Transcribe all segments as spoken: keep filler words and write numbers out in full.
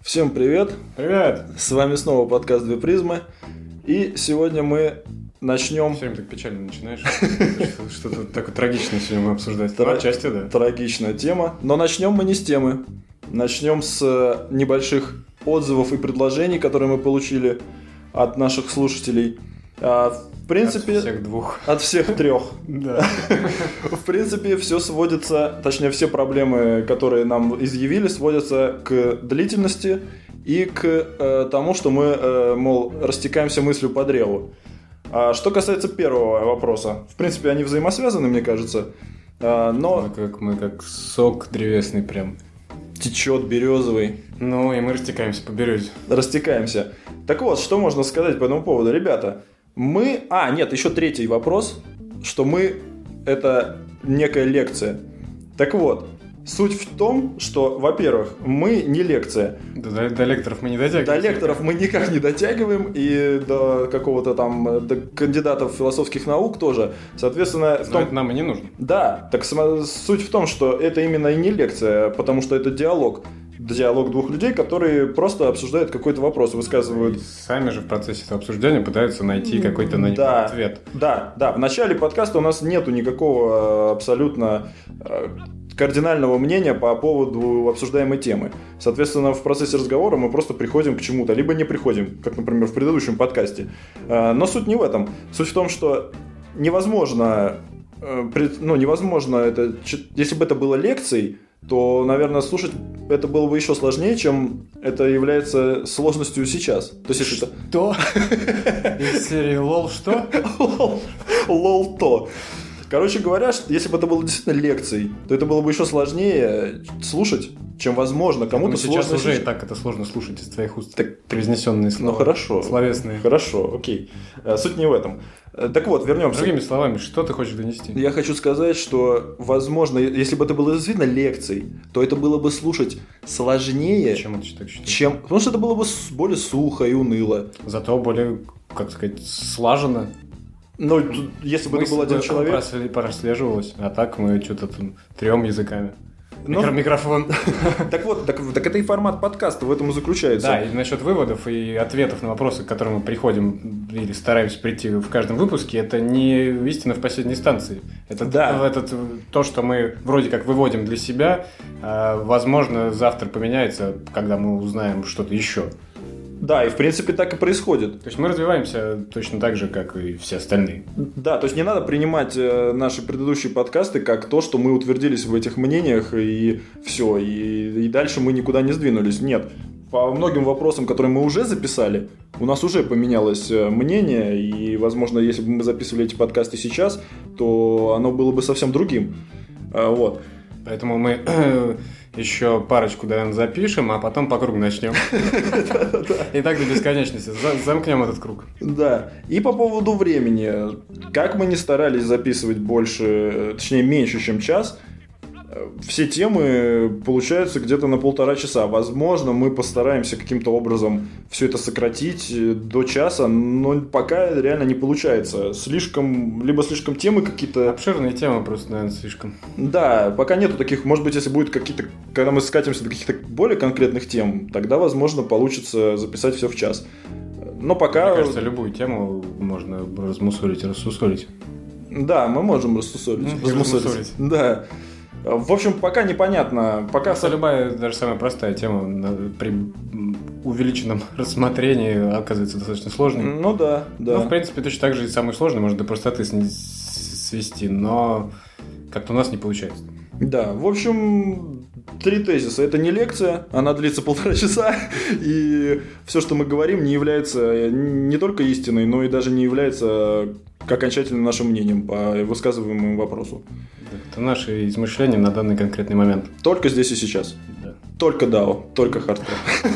Всем привет! Привет! С вами снова подкаст «Две призмы». И сегодня мы начнем... Все время так печально начинаешь. Что-то такое трагичное сегодня мы обсуждать. Тра... Отчасти, да. Трагичная тема. Но начнем мы не с темы. Начнем с небольших отзывов и предложений, которые мы получили от наших слушателей. В принципе... От всех двух. От всех трех. Да. В принципе, все сводится, точнее, все проблемы, которые нам изъявили, сводятся к длительности и к э, тому, что мы, э, мол, растекаемся мыслью по древу. А что касается первого вопроса, в принципе, они взаимосвязаны, мне кажется, а, но... Мы как, мы как сок древесный прям. Течет березовый. Ну, и мы растекаемся по березе. Растекаемся. Так вот, что можно сказать по этому поводу? Ребята, мы... А, нет, еще третий вопрос, что мы... Это некая лекция. Так вот, суть в том, что, во-первых, мы не лекция. Да, до, до лекторов мы не дотягиваем. До лекторов мы никак не дотягиваем, и до какого-то там до кандидатов философских наук тоже. Соответственно, в том... это нам и не нужно. Да, так суть в том, что это именно и не лекция, потому что это диалог. Диалог двух людей, которые просто обсуждают какой-то вопрос, высказывают... И сами же в процессе этого обсуждения пытаются найти какой-то на него да, ответ. Да, да. В начале подкаста у нас нету никакого абсолютно кардинального мнения по поводу обсуждаемой темы. Соответственно, в процессе разговора мы просто приходим к чему-то, либо не приходим, как, например, в предыдущем подкасте. Но суть не в этом. Суть в том, что невозможно... Ну, невозможно это... Если бы это было лекцией, то, наверное, слушать это было бы еще сложнее, чем это является сложностью сейчас. То есть, если что? Из серии лол что? Лол то. Короче говоря, если бы это было действительно лекцией, то это было бы еще сложнее слушать, чем возможно. Кому-то сейчас сложно уже слушать. И так это сложно слушать из твоих уст. Так, произнесенные слова. Ну хорошо. Словесные. Хорошо, окей. Суть не в этом. Так вот, вернемся. Другими словами, что ты хочешь донести? Я хочу сказать, что, возможно, если бы это было действительно лекцией, то это было бы слушать сложнее, Почему ты так считаешь? чем... Потому что это было бы более сухо и уныло. Зато более, как сказать, слаженно. Ну, тут, если бы это был один человек... прослеживалось, а так мы что-то там трем языками. Ну, Микро- микрофон. Так вот, так, так это и формат подкаста в этом и заключается. Да, и насчет выводов и ответов на вопросы, к которым мы приходим или стараемся прийти в каждом выпуске, это не истина в последней инстанции. Это, да. это то, что мы вроде как выводим для себя, возможно, завтра поменяется, когда мы узнаем что-то еще. Да, и в принципе так и происходит. То есть мы развиваемся точно так же, как и все остальные. Да, то есть не надо принимать наши предыдущие подкасты как то, что мы утвердились в этих мнениях и все, и, и дальше мы никуда не сдвинулись. Нет, по многим вопросам, которые мы уже записали, у нас уже поменялось мнение, и, возможно, если бы мы записывали эти подкасты сейчас, то оно было бы совсем другим. Вот. Поэтому мы еще парочку, наверное, запишем, а потом по кругу начнем. И так до бесконечности. Замкнем этот круг. Да. И по поводу времени. Как мы ни старались записывать больше, точнее, меньше, чем час, все темы получаются где-то на полтора часа. Возможно, мы постараемся каким-то образом все это сократить до часа, но пока реально не получается. Слишком, либо слишком темы какие-то... Обширные темы просто, наверное, слишком. Да, пока нету таких, может быть, если будет какие-то... Когда мы скатимся до каких-то более конкретных тем, тогда, возможно, получится записать все в час. Но пока... Мне кажется, любую тему можно размусолить и рассусолить. Да, мы можем рассусолить. Ну, размусолить. Да. В общем, пока непонятно. Пока со... любая, даже самая простая тема при увеличенном рассмотрении оказывается достаточно сложной. Ну да, да. Ну, в принципе, точно так же и самый сложный можно до простоты свести, но как-то у нас не получается. Да, в общем, три тезиса. Это не лекция, она длится полтора часа, и все, что мы говорим, не является не только истиной, но и даже не является окончательным нашим мнением по высказываемому вопросу. Это наши измышления на данный конкретный момент. Только здесь и сейчас. Да. Только дао, только хардкор.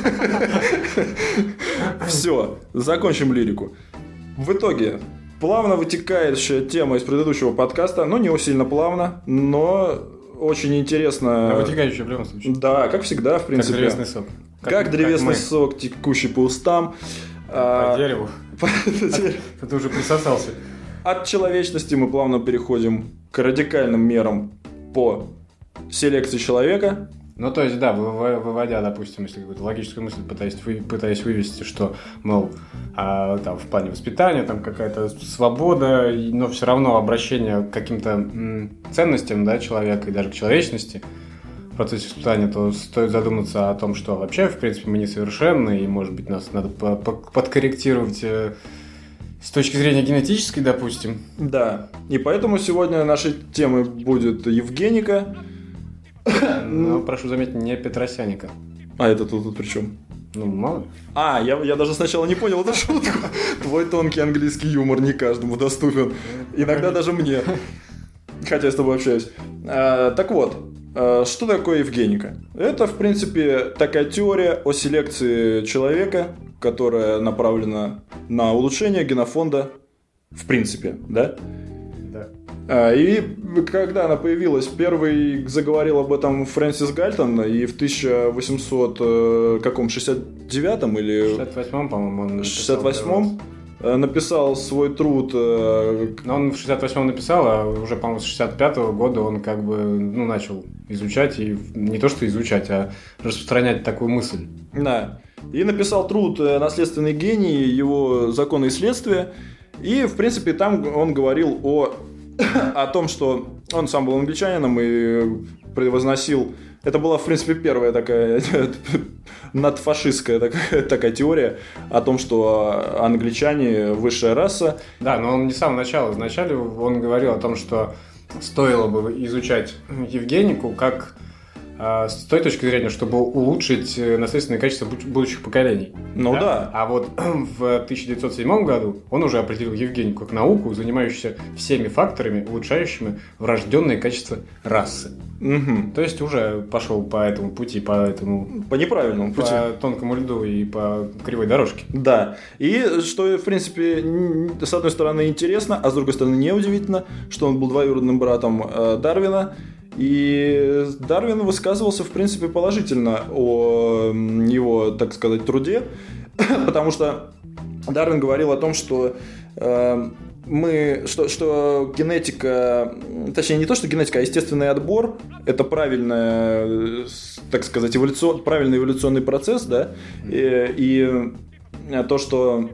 Все, закончим лирику. В итоге, плавно вытекающая тема из предыдущего подкаста, ну, не сильно плавно, но очень интересно. Но вытекающая в любом случае. Да, как всегда, в принципе. Как древесный сок. Как, как древесный как сок, текущий по устам. По дереву. Ты уже присосался. От человечности мы плавно переходим к радикальным мерам по селекции человека. Ну, то есть, да, выводя, допустим, если какую-то логическую мысль пытаясь, вы, пытаясь вывести, что, мол, а, там, в плане воспитания там какая-то свобода, но все равно обращение к каким-то м, ценностям, да, человека и даже к человечности в процессе воспитания, то стоит задуматься о том, что вообще, в принципе, мы несовершенны, и, может быть, нас надо подкорректировать э, с точки зрения генетической, допустим. Да, и поэтому сегодня нашей темой будет Евгеника. Ну, прошу заметить, не Петросяника. А это тут, тут при чем? Ну, мало ли. А, я, я даже сначала не понял эту шутку. Твой тонкий английский юмор не каждому доступен. Иногда даже мне. Хотя я с тобой общаюсь. А, так вот, а, что такое Евгеника? Это, в принципе, такая теория о селекции человека, которая направлена на улучшение генофонда в принципе, да? И когда она появилась, первый заговорил об этом Фрэнсис Гальтон, и в тысяча восемьсот шестьдесят девятом или шестьдесят восьмом, по-моему, он написал. шестьдесят восьмом написал свой труд. Но он в шестьдесят восьмом написал, а уже, по-моему, с шестьдесят пятого года он как бы ну, начал изучать, и не то что изучать, а распространять такую мысль. Да. И написал труд «Наследственный гений. Его законы и следствия». И, в принципе, там он говорил о о том, что он сам был англичанином и превозносил... Это была, в принципе, первая такая надфашистская такая, такая теория о том, что англичане высшая раса. Да, но он не с самого начала. Вначале он говорил о том, что стоило бы изучать Евгенику как с той точки зрения, чтобы улучшить наследственное качество будущих поколений. Ну да. да. А вот в тысяча девятьсот седьмом году он уже определил Евгенику как науку, занимающуюся всеми факторами, улучшающими врожденное качество расы. Угу. То есть уже пошел по этому пути, по этому... По неправильному пути. По тонкому льду и по кривой дорожке. Да. И что, в принципе, с одной стороны интересно, а с другой стороны неудивительно, что он был двоюродным братом Дарвина. И Дарвин высказывался, в принципе, положительно о его, так сказать, труде, потому что Дарвин говорил о том, что э, мы, что, что генетика, точнее не то, что генетика, а естественный отбор – это правильная, так сказать, эволюцион, правильный эволюционный процесс, да, и, и то, что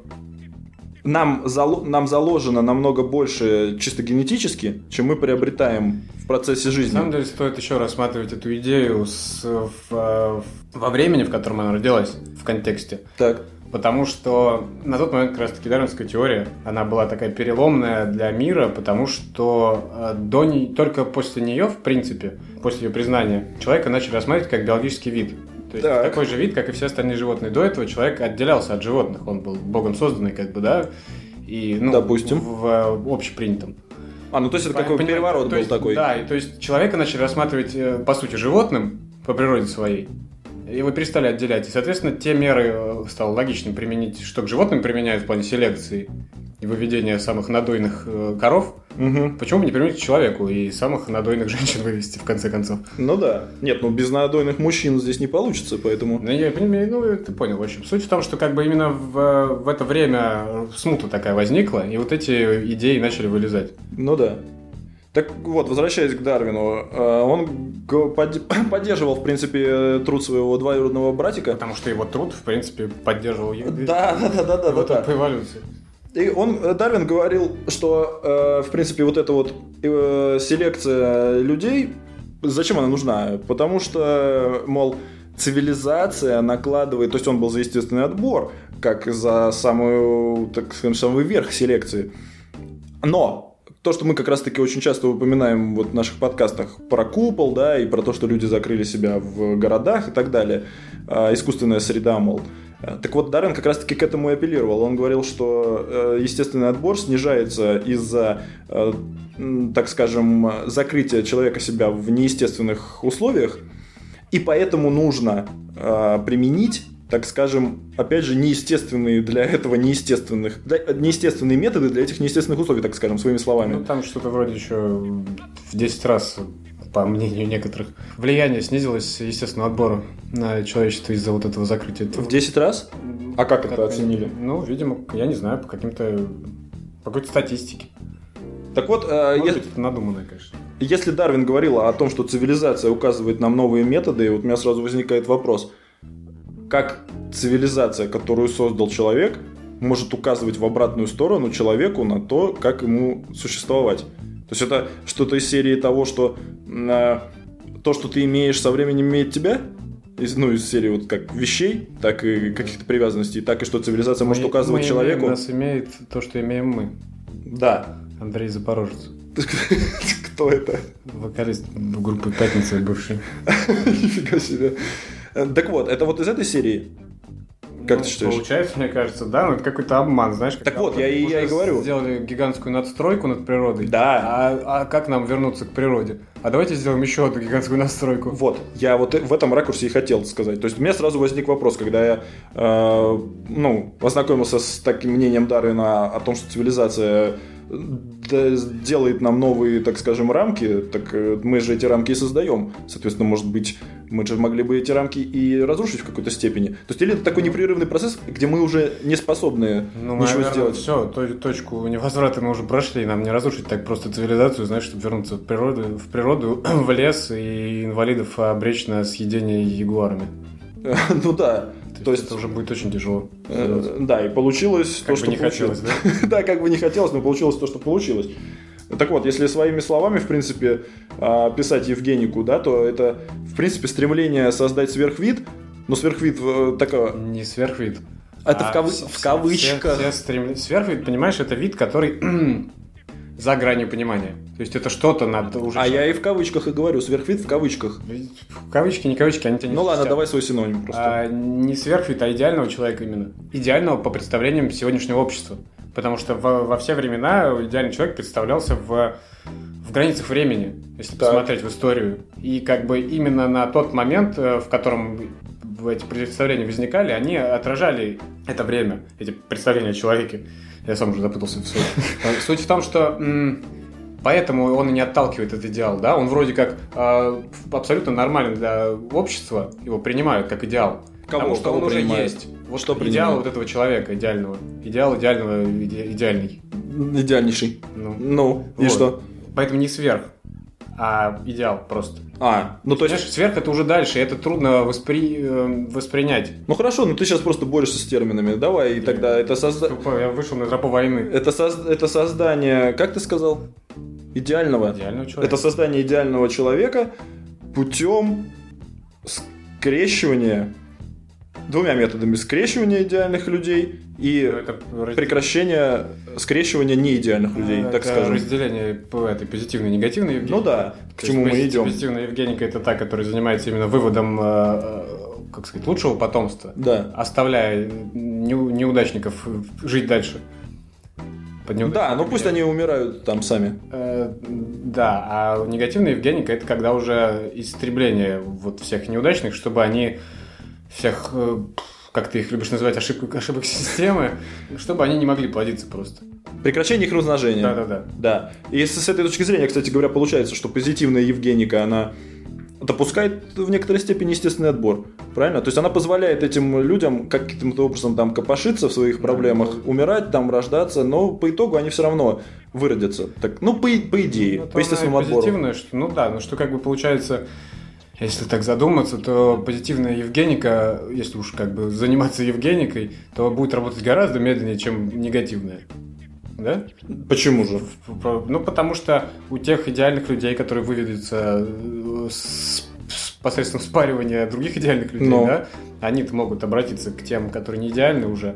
Нам, зало, нам заложено намного больше чисто генетически, чем мы приобретаем в процессе жизни. На самом деле стоит еще рассматривать эту идею с, в, во времени, в котором она родилась, в контексте. Так. Потому что на тот момент как раз-таки дарвиновская теория, она была такая переломная для мира, потому что до не, только после нее, в принципе, после ее признания, человека начали рассматривать как биологический вид. То есть так. Такой же вид, как и все остальные животные. До этого человек отделялся от животных. Он был богом созданный, как бы, да, и, ну, допустим, в, в общепринятом. А, ну то есть это какой переворот был есть, такой. Да, и то есть человека начали рассматривать, по сути, животным по природе своей. Его перестали отделять. И, соответственно, те меры стало логичным применить, что к животным применяют в плане селекции и выведения самых надойных коров. Угу. Почему бы не применить к человеку и самых надойных женщин вывести, в конце концов? Ну да. Нет, ну без надойных мужчин здесь не получится, поэтому... Ну, я, ну ты понял, в общем. Суть в том, что как бы именно в, в это время смута такая возникла, и вот эти идеи начали вылезать. Ну да. Так вот, возвращаясь к Дарвину, он поддерживал, в принципе, труд своего двоюродного братика. Потому что его труд, в принципе, поддерживал его. Да, да, да, да, да, вот да. По эволюции. И он, Дарвин говорил, что, в принципе, вот эта вот селекция людей, зачем она нужна? Потому что, мол, цивилизация накладывает, то есть он был за естественный отбор, как за самую, так скажем, самый верх селекции. Но то, что мы как раз-таки очень часто упоминаем вот в наших подкастах про купол, да, и про то, что люди закрыли себя в городах и так далее, искусственная среда, мол. Так вот, Дарвин как раз-таки к этому и апеллировал. Он говорил, что естественный отбор снижается из-за, так скажем, закрытия человека себя в неестественных условиях, и поэтому нужно применить, так скажем, опять же, неестественные для этого неестественных, для, неестественные методы для этих неестественных условий, так скажем, своими словами. Ну, там что-то вроде еще в десять раз, по мнению некоторых, влияние снизилось естественного отбора на человечество из-за вот этого закрытия. В десять раз? А как, как это оценили? Ну, видимо, я не знаю, по каким-то, по какой-то статистике. Так вот, может быть, это надуманное, конечно. если Дарвин говорил о том, что цивилизация указывает нам новые методы, вот у меня сразу возникает вопрос, как цивилизация, которую создал человек, может указывать в обратную сторону человеку на то, как ему существовать? То есть это что-то из серии того, что э, то, что ты имеешь, со временем имеет тебя? Из, ну, из серии вот как вещей, так и каких-то привязанностей, так и что цивилизация мы, может указывать мы человеку. Имеем, нас имеет то, что имеем мы. Да. Андрей Запорожец. Кто это? Вокалист группы «Пятница» бывший. Нифига себе. Так вот, это вот из этой серии? Как ну, ты считаешь? Получается, мне кажется, да, но это какой-то обман, знаешь. Так вот, я и, я и говорю. Сделали гигантскую надстройку над природой. Да. А, а как нам вернуться к природе? А давайте сделаем еще одну гигантскую надстройку. Вот, я вот в этом ракурсе и хотел сказать. То есть у меня сразу возник вопрос, когда я э, ну, ознакомился с таким мнением Дарвина о том, что цивилизация делает нам новые, так скажем, рамки, так мы же эти рамки и создаем. Соответственно, может быть, мы же могли бы эти рамки и разрушить в какой-то степени. То есть, или это такой непрерывный процесс, где мы уже не способны ну, ничего наверное, сделать? Все, точку невозврата мы уже прошли, нам не разрушить так просто цивилизацию, знаешь, чтобы вернуться в природу, в, природу, в лес и инвалидов обречь на съедение ягуарами. Ну да. То, То есть это уже будет очень тяжело. Э, да, и получилось как то, бы что не получилось. хотелось, да? Да, как бы не хотелось, но получилось то, что получилось. Так вот, если своими словами, в принципе, писать Евгенику, да, то это, в принципе, стремление создать сверхвид, но сверхвид такого... Не сверхвид. Это а в, кав... все, в кавычках. Все, все стрем... Сверхвид, понимаешь, это вид, который за гранью понимания. То есть это что-то надо уже... А я и в кавычках и говорю, сверхвид в кавычках. Кавычки, не кавычки, они тебя не Ну ладно, чистят. давай свой синоним просто. А, не сверхвид, а идеального человека именно. Идеального по представлениям сегодняшнего общества. Потому что во, во все времена идеальный человек представлялся в, в границах времени, если так. посмотреть в историю. И как бы именно на тот момент, в котором эти представления возникали, они отражали это время, эти представления о человеке. Я сам уже запутался в суть. Суть в том, что м- поэтому он и не отталкивает этот идеал, да? Он вроде как э, абсолютно нормален для общества, его принимают как идеал. Кого? Потому что Кого он уже принимает? есть. Вот что идеал принимает? вот этого человека идеального. Идеал идеального, иде- идеальный. Идеальнейший. Ну, ну и вот. что? Поэтому не сверх, а идеал просто. А, ну то есть... Знаешь, сверх это уже дальше, это трудно воспри... воспринять. Ну хорошо, но ты сейчас просто борешься с терминами. Давай, и тогда это создание... Я вышел на тропу войны. Это, соз... это создание, как ты сказал? Идеального? Идеального человека. Это создание идеального человека путем скрещивания, двумя методами скрещивания идеальных людей и это прекращения скрещивания неидеальных людей, это так скажем. Разделение этой позитивной и негативной Евгеники. Ну да, к чему мы идем. Позитивная Евгеника — это та, которая занимается именно выводом, как сказать, лучшего потомства, да. оставляя неудачников жить дальше. Да, ну пусть они умирают там сами. Э, да, а негативная Евгеника — это когда уже истребление вот всех неудачных, чтобы они всех, как ты их любишь называть, ошибок, ошибок системы, чтобы они не могли плодиться просто. Прекращение их размножения. Да-да-да. Да. И с этой точки зрения, кстати говоря, получается, что позитивная Евгеника, она допускает в некоторой степени естественный отбор. Правильно? То есть она позволяет этим людям каким-то образом там копошиться в своих проблемах, умирать, там рождаться, но по итогу они все равно выродятся. Так, ну, по, по идее, ну, по естественному отбору. Позитивное, что, ну да, но что как бы получается, если так задуматься, то позитивная Евгеника, если уж как бы заниматься Евгеникой, то будет работать гораздо медленнее, чем негативная. Да? Почему же? Ну, потому что у тех идеальных людей, которые выведутся с, с посредством спаривания других идеальных людей, Но. да, они-то могут обратиться к тем, которые не идеальны уже.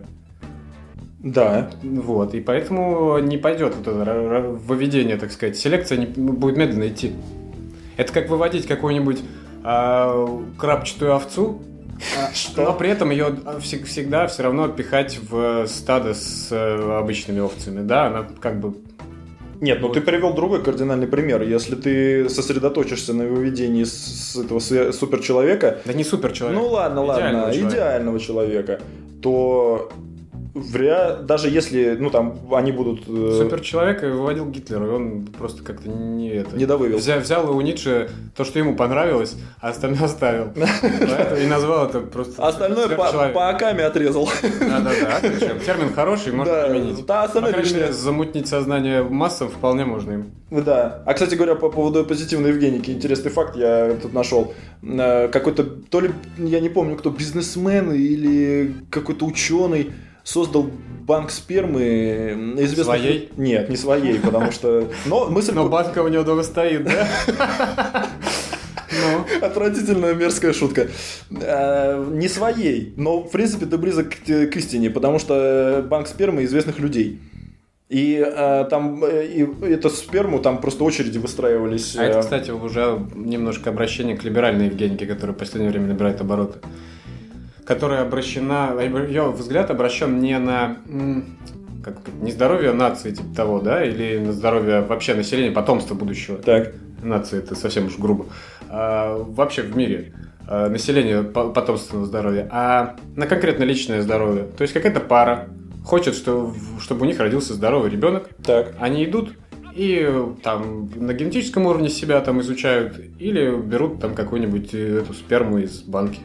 Да. Вот, и поэтому не пойдет вот это выведение, так сказать. Селекция не, будет медленно идти. Это как выводить какую-нибудь а, крапчатую овцу, Что? но при этом ее всегда все равно пихать в стадо с обычными овцами, да, она как бы... Нет, ну вот. Ты привел другой кардинальный пример. Если ты сосредоточишься на выведении с этого суперчеловека... Да не суперчеловека. Ну ладно, ладно, идеального человека, идеального человека, то Вря... Даже если, ну, там, они будут... Э... Суперчеловека выводил Гитлер, и он просто как-то не это... Не довывел. Взял, взял у Ницше то, что ему понравилось, а остальное оставил. И назвал это просто... Остальное по акаме отрезал. Да-да-да, термин хороший, можно применить. Да, остальное лишнее. Замутнить сознание массам вполне можно им. Да. А, кстати говоря, по поводу позитивной Евгеники, интересный факт я тут нашел. Какой-то, то ли, я не помню, кто, бизнесмен или какой-то ученый создал банк спермы известных... Своей? Нет, не своей, потому что... Но мысль... Но банка у него дома стоит, да? Ну. Отвратительная мерзкая шутка. А, не своей, но в принципе ты близок к, к истине, потому что банк спермы известных людей. И а, там и, эту сперму там просто очереди выстраивались. А это, кстати, уже немножко обращение к либеральной Евгенике, которая в последнее время набирает обороты. Которая обращена, ее взгляд обращен не на как, не здоровье нации, типа того, да, или на здоровье вообще населения, потомства будущего. Так. Нации это совсем уж грубо. А, вообще в мире а, население потомственного здоровья, а на конкретно личное здоровье. То есть какая-то пара хочет, что, чтобы у них родился здоровый ребенок. Так. Они идут и там на генетическом уровне себя там изучают или берут там какую-нибудь эту сперму из банки.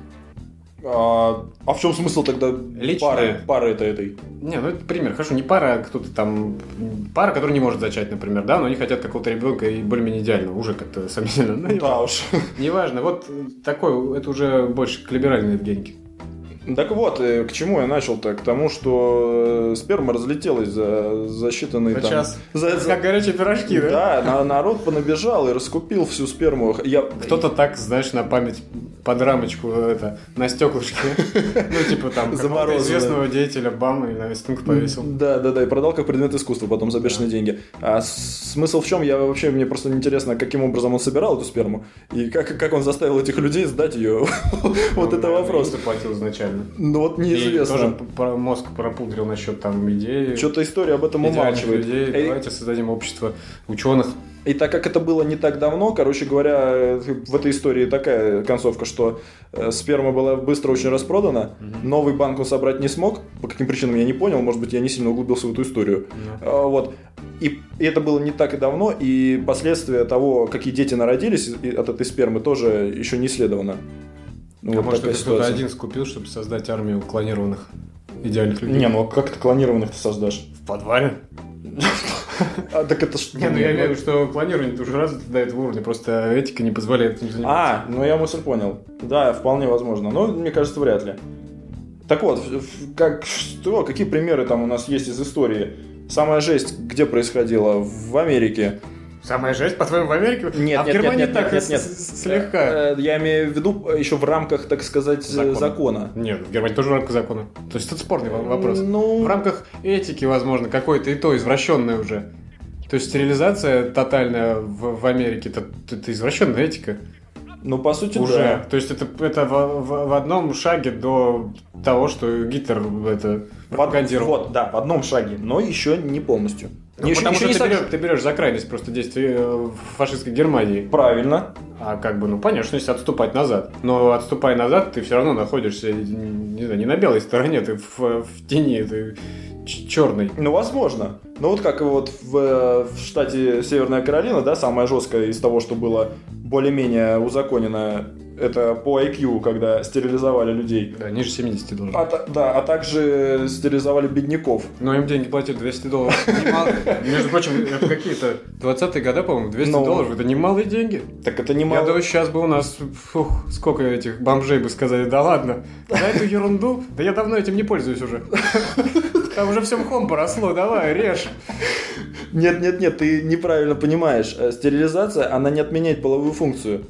А, а в чем смысл тогда Личное. пары, пары это этой? Не, ну это пример. Хорошо, не пара, а кто-то там... Пара, которая не может зачать, например, да, но они хотят какого-то ребенка и более-менее идеального. Уже как-то сомнительно. Ну, да уж. Неважно. Вот такой, это уже больше к либеральной Евгенике. Так вот, к чему я начал-то? К тому, что сперма разлетелась за, за считанные там... Сейчас, за, как за... горячие пирожки, да? Да, на, народ понабежал и раскупил всю сперму. Я... Кто-то так, знаешь, на память под рамочку это, на стеклышке, ну, типа там, какого-то известного деятеля бам и на стенку повесил. Да, да, да, и продал как предмет искусства потом за бешеные деньги. А смысл в чем? Я вообще, мне просто интересно, каким образом он собирал эту сперму и как, как он заставил этих людей сдать ее. Вот это вопрос. Заплатил изначально. Ну вот неизвестно. И тоже мозг пропудрил насчет там идеи. Что-то история об этом умалчивает. Людей. Эй. Давайте создадим общество ученых. И так как это было не так давно, короче говоря, в этой истории такая концовка, что сперма была быстро очень распродана, mm-hmm. новый банк он собрать не смог, по каким причинам я не понял, может быть, я не сильно углубился в эту историю. Mm-hmm. Вот. И, и это было не так и давно, и последствия того, какие дети народились от этой спермы, тоже еще не исследовано. Ну, а вот может, это кто-то один скупил, чтобы создать армию клонированных идеальных людей? Не, ну как ты клонированных ты создашь? В подвале? А, так это что? Не, ну я имею в виду, что клонирование уже развито до этого уровня, просто этика не позволяет этим заниматься. А, ну я мысль понял. Да, вполне возможно, но мне кажется, вряд ли. Так вот, как, что, какие примеры там у нас есть из истории? Самая жесть где происходила? В Америке. Самая жесть, по-твоему, в Америке? Нет, а нет, в Германии нет, нет, так нет, нет, слегка. Я имею в виду еще в рамках, так сказать, закона. закона. Нет, в Германии тоже в рамках закона. То есть это спорный вопрос. Ну... В рамках этики, возможно, какой-то и то извращенное уже. То есть стерилизация тотальная в, в Америке, это, это извращенная этика. Ну, по сути, уже. Да. То есть это, это в, в, в одном шаге до того, что Гитлер это пропагандировал. Вот, да, в одном шаге, но еще не полностью. Ну, еще, потому еще что не ты, сог... берешь, ты берешь за крайность просто действий в фашистской Германии. Правильно. А как бы, ну, понятно, если отступать назад. Но отступая назад, ты все равно находишься, не знаю, не на белой стороне, ты в, в тени, ты черный. Ну, возможно. Ну, вот как вот в, в штате Северная Каролина, да, самая жесткая из того, что было более-менее узаконено, это по ай кью, когда стерилизовали людей. Да, ниже семидесяти должно. А, да, а также стерилизовали бедняков. Но им деньги платили двести долларов. Между прочим, это какие-то двадцатые годы, по-моему, двести долларов. Это немалые деньги. Так это немало. Я думаю, сейчас бы у нас, фух, сколько этих бомжей бы сказали, да ладно, за эту ерунду, да я давно этим не пользуюсь уже. Там уже все мхом поросло, давай, режь. Нет, нет, нет, ты неправильно понимаешь. Стерилизация, она не отменяет половую функцию.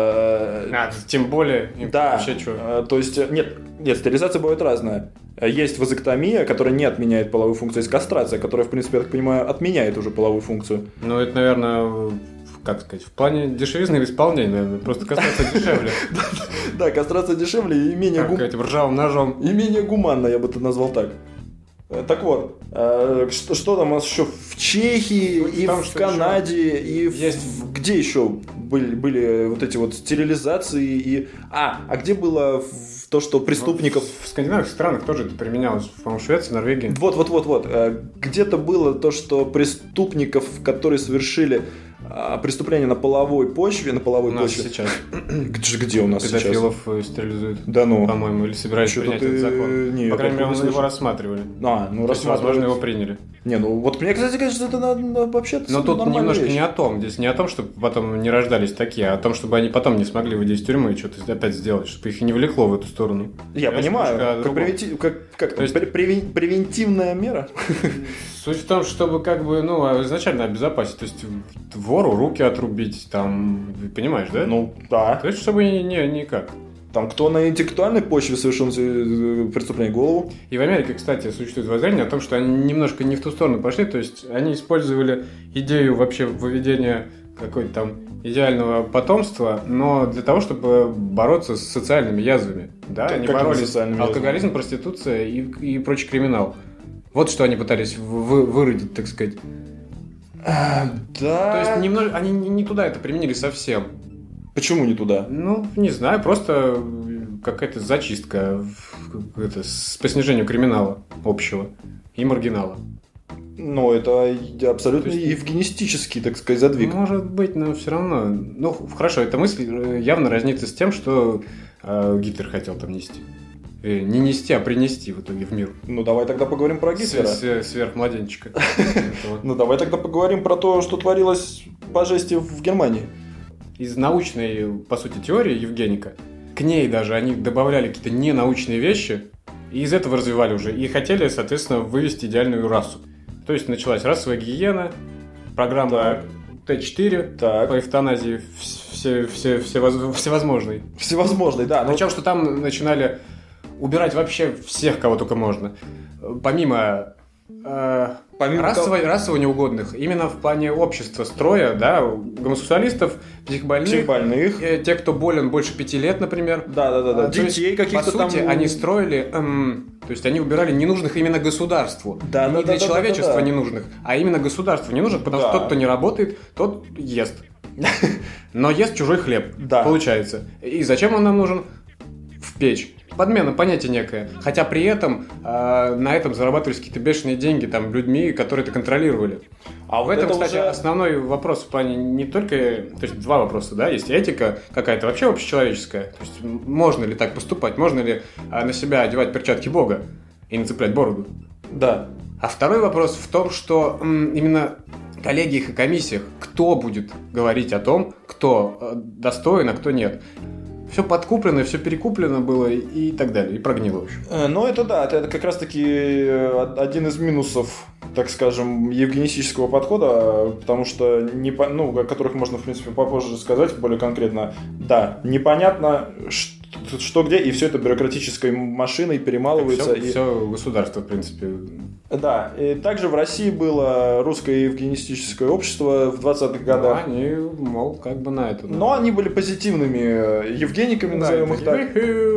А, тем более, да, вообще что? То есть, нет, нет, стерилизация бывает разная. Есть вазэктомия, которая не отменяет половую функцию, есть кастрация, которая, в принципе, я так понимаю, отменяет уже половую функцию. Ну, это, наверное, как сказать, в плане дешевизны в исполнении, наверное, просто кастрация дешевле. Да, кастрация дешевле и менее гуманна. Как ржавым ножом. И менее гуманно, я бы это назвал так. Так вот, что, что там у нас еще в Чехии, и там, в Канаде, и в, в, где еще были, были вот эти вот стерилизации, и... А, а где было в то, что преступников... В скандинавских странах тоже это применялось, по-моему, в Швеции, Норвегии. Вот-вот-вот-вот. Где-то было то, что преступников, которые совершили преступления на половой почве, на половой у нас почве... сейчас. Где, где у нас педофилов сейчас? стерилизуют. Да ну. По-моему, или собирались Что-то принять ты... этот закон. Нет, По крайней мере, не его рассматривали. А, ну То есть, возможно, его приняли. Не, ну вот мне, кстати, кажется, это надо, вообще-то Но тут немножко вещь. не о том. Здесь не о том, чтобы потом не рождались такие, а о том, чтобы они потом не смогли выйти из тюрьмы и что-то опять сделать, чтобы их и не влекло в эту сторону. Я Понимаешь, понимаю, как, превенти... как, как То есть... превен... превентивная мера. Суть в том, чтобы как бы, ну, изначально обезопасить, то есть вору руки отрубить, там, понимаешь, да? Ну, да. То есть, чтобы не, не, никак. Там, кто на интеллектуальной почве совершил преступление, голову. И в Америке, кстати, существует воззрение о том, что они немножко не в ту сторону пошли, то есть они использовали идею вообще выведения какой-то там идеального потомства, но для того, чтобы бороться с социальными язвами. Да, как, они как боролись алкоголизм, язвами? проституция и, и прочий криминал. Вот что они пытались вы, выродить, так сказать. А, да. То есть немного, они не туда это применили совсем. Почему не туда? Ну, не знаю, просто какая-то зачистка это, по снижению криминала общего и маргинала. Ну, это абсолютно есть... евгенистический, так сказать, задвиг. Может быть, но все равно. Ну, хорошо, эта мысль явно разнится с тем, что э, Гитлер хотел там нести. Э, не нести, а принести в итоге в мир. Ну, давай тогда поговорим про Гитлера. Сверхмладенчика. Ну, давай тогда поговорим про то, что творилось по жести в Германии. Из научной, по сути, теории Евгеника, к ней даже они добавляли какие-то ненаучные вещи, и из этого развивали уже. И хотели, соответственно, вывести идеальную расу. То есть началась расовая гигиена, программа Т четыре так. по эвтаназии все, все, все, всевозможной. Всевозможной, да. Причем, что там начинали убирать вообще всех, кого только можно. Помимо... Э, Помимо расово, того... расово неугодных, именно в плане общества, строя, да, гомосексуалистов, психбольных, психбольных. Э, те, кто болен больше пяти лет, например. Да, да, да, да. А, детей каких-то там. По сути, они строили, эм, то есть они убирали ненужных именно государству. Да, не да, для да, человечества да, да, да. ненужных, а именно государству ненужных, потому да. что тот, кто не работает, тот ест. Но ест чужой хлеб, да. получается. И зачем он нам нужен? В печь. Подмена, понятие некое. Хотя при этом э, на этом зарабатывались какие-то бешеные деньги там, людьми, которые это контролировали. А в этом, кстати, уже... основной вопрос в плане не только... То есть два вопроса, да? Есть этика какая-то вообще общечеловеческая. То есть можно ли так поступать? Можно ли э, на себя одевать перчатки Бога и нацеплять бороду? Да. А второй вопрос в том, что м, именно в коллегиях и комиссиях кто будет говорить о том, кто э, достоин, а кто нет. Все подкуплено, все перекуплено было и так далее, и прогнило, в общем. Ну, это да, это как раз-таки один из минусов, так скажем, евгенистического подхода, потому что, не, ну, о которых можно, в принципе, попозже сказать более конкретно. Да, непонятно, что, что где, и все это бюрократической машиной перемалывается. Все, и... все государство, в принципе. Да, и также в России было русское евгенистическое общество в двадцатых годах. Ну, они, мол, как бы на это. Да. Но они были позитивными евгениками, назовем да, их так.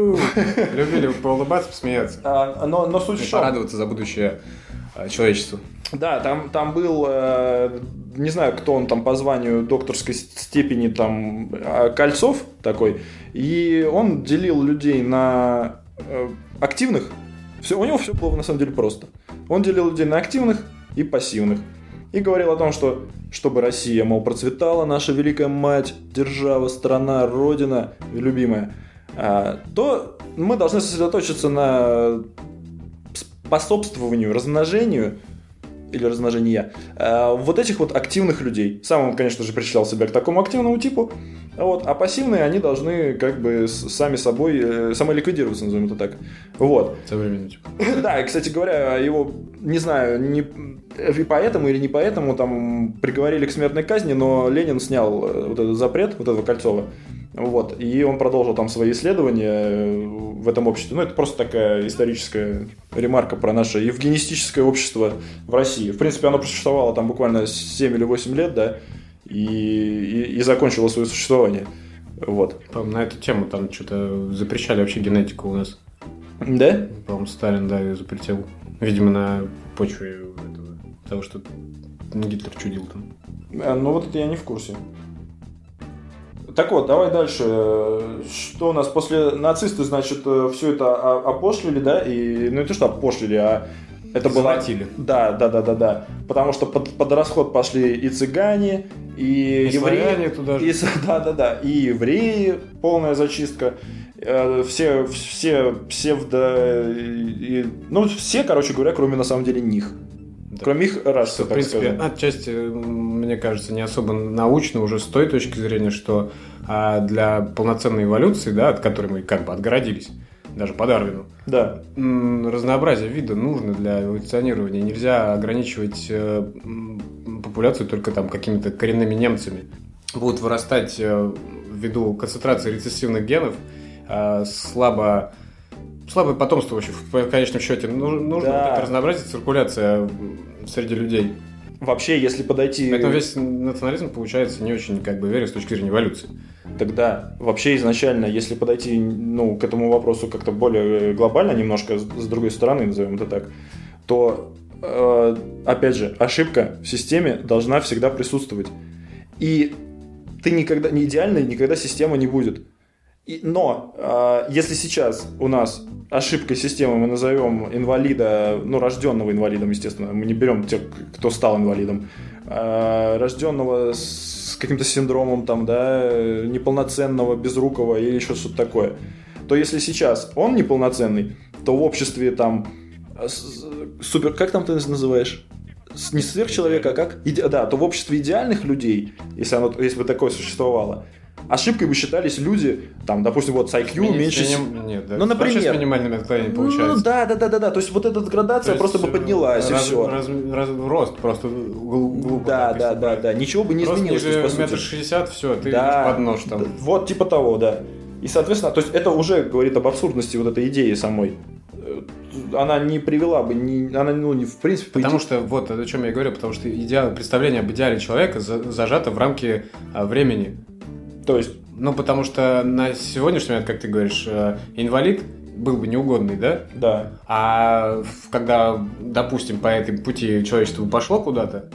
Любили поулыбаться, посмеяться. А, но, но суть в чем? Порадоваться за будущее человечеству. Да, там, там был, э, не знаю, кто он там по званию докторской степени, там, Кольцов такой, и он делил людей на э, активных. Все, у него все было на самом деле просто. Он делил людей на активных и пассивных. И говорил о том, что чтобы Россия, мол, процветала, наша великая мать, держава, страна, родина, любимая, то мы должны сосредоточиться на способствованию, размножению или размножения вот этих вот активных людей. Сам он, конечно же, причислял себя к такому активному типу. Вот, а пассивные они должны как бы сами собой э, самоликвидироваться, назовем это так. Вот. Современный тип. Да, и, кстати говоря, его, не знаю, не, и поэтому или не поэтому там приговорили к смертной казни, но Ленин снял вот этот запрет, вот этого Кольцова. Вот, и он продолжил там свои исследования в этом обществе. Ну, это просто такая историческая ремарка про наше евгенистическое общество в России. В принципе, оно просуществовало там буквально семь или восемь лет, да, и, и, и закончило свое существование. Вот. На эту тему там что-то запрещали вообще генетику у нас. Да? По-моему, Сталин, да, ее запретил. Видимо, на почве этого, того, что Гитлер чудил там. А, ну, вот это я не в курсе. Так вот, давай дальше. Что у нас после нацисты, значит, все это опошлили, да? И, ну, не то, что опошлили, а это было... Да, да, да, да, да. Потому что под, под расход пошли и цыгане, и, и евреи. Туда же. И, да, да, да. И евреи, полная зачистка. Все, все псевдо... И, ну, все, короче говоря, кроме, на самом деле, них. Да. Кроме их расы, в принципе, скажем. Отчасти, мне кажется, не особо научно уже с той точки зрения, что а, для полноценной эволюции, да, от которой мы как бы отгородились, даже по Дарвину, да. м- разнообразие вида нужно для эволюционирования. Нельзя ограничивать э, популяцию только там какими-то коренными немцами. Будут вырастать э, ввиду концентрации рецессивных генов э, слабо... Слабое потомство, вообще, в конечном счете. Нужно да. вот это разнообразие, циркуляция среди людей. Вообще, если подойти... Поэтому весь национализм получается не очень как бы верен с точки зрения эволюции. Тогда вообще изначально, если подойти ну, к этому вопросу как-то более глобально, немножко с другой стороны, назовем это так, то, э, опять же, ошибка в системе должна всегда присутствовать. И ты никогда, не идеальной никогда система не будет. И, но э, если сейчас у нас ошибкой системы мы назовем инвалида, ну, рожденного инвалидом, естественно, мы не берем тех, кто стал инвалидом, э, рожденного с каким-то синдромом, там, да, неполноценного, безрукого или еще что-то такое, то если сейчас он неполноценный, то в обществе там супер, как там ты называешь? Не сверхчеловека, а как? Иде... Да, то в обществе идеальных людей, если, оно, если бы такое существовало, ошибкой бы считались люди, там, допустим, вот с ай кью Миним, меньше... Миним, нет, да. Ну, например... Вообще с минимальными отклонениями получается. Ну, да, да, да, да, да. То есть вот эта градация просто бы поднялась, раз, и все. Раз, раз, рост просто глупо. Да, да, да, да. Ничего бы не рост изменилось. Ниже метр шестьдесят, все, ты да, под нож там. Вот, типа того, да. И, соответственно, то есть это уже говорит об абсурдности вот этой идеи самой. Она не привела бы, не, она, ну, не в принципе... Потому что, вот о чем я говорю, потому что идеал, представление об идеале человека зажато в рамки а, времени. То есть... Ну, потому что на сегодняшний момент, как ты говоришь, инвалид был бы неугодный, да? Да. А когда, допустим, по этой пути человечество пошло куда-то,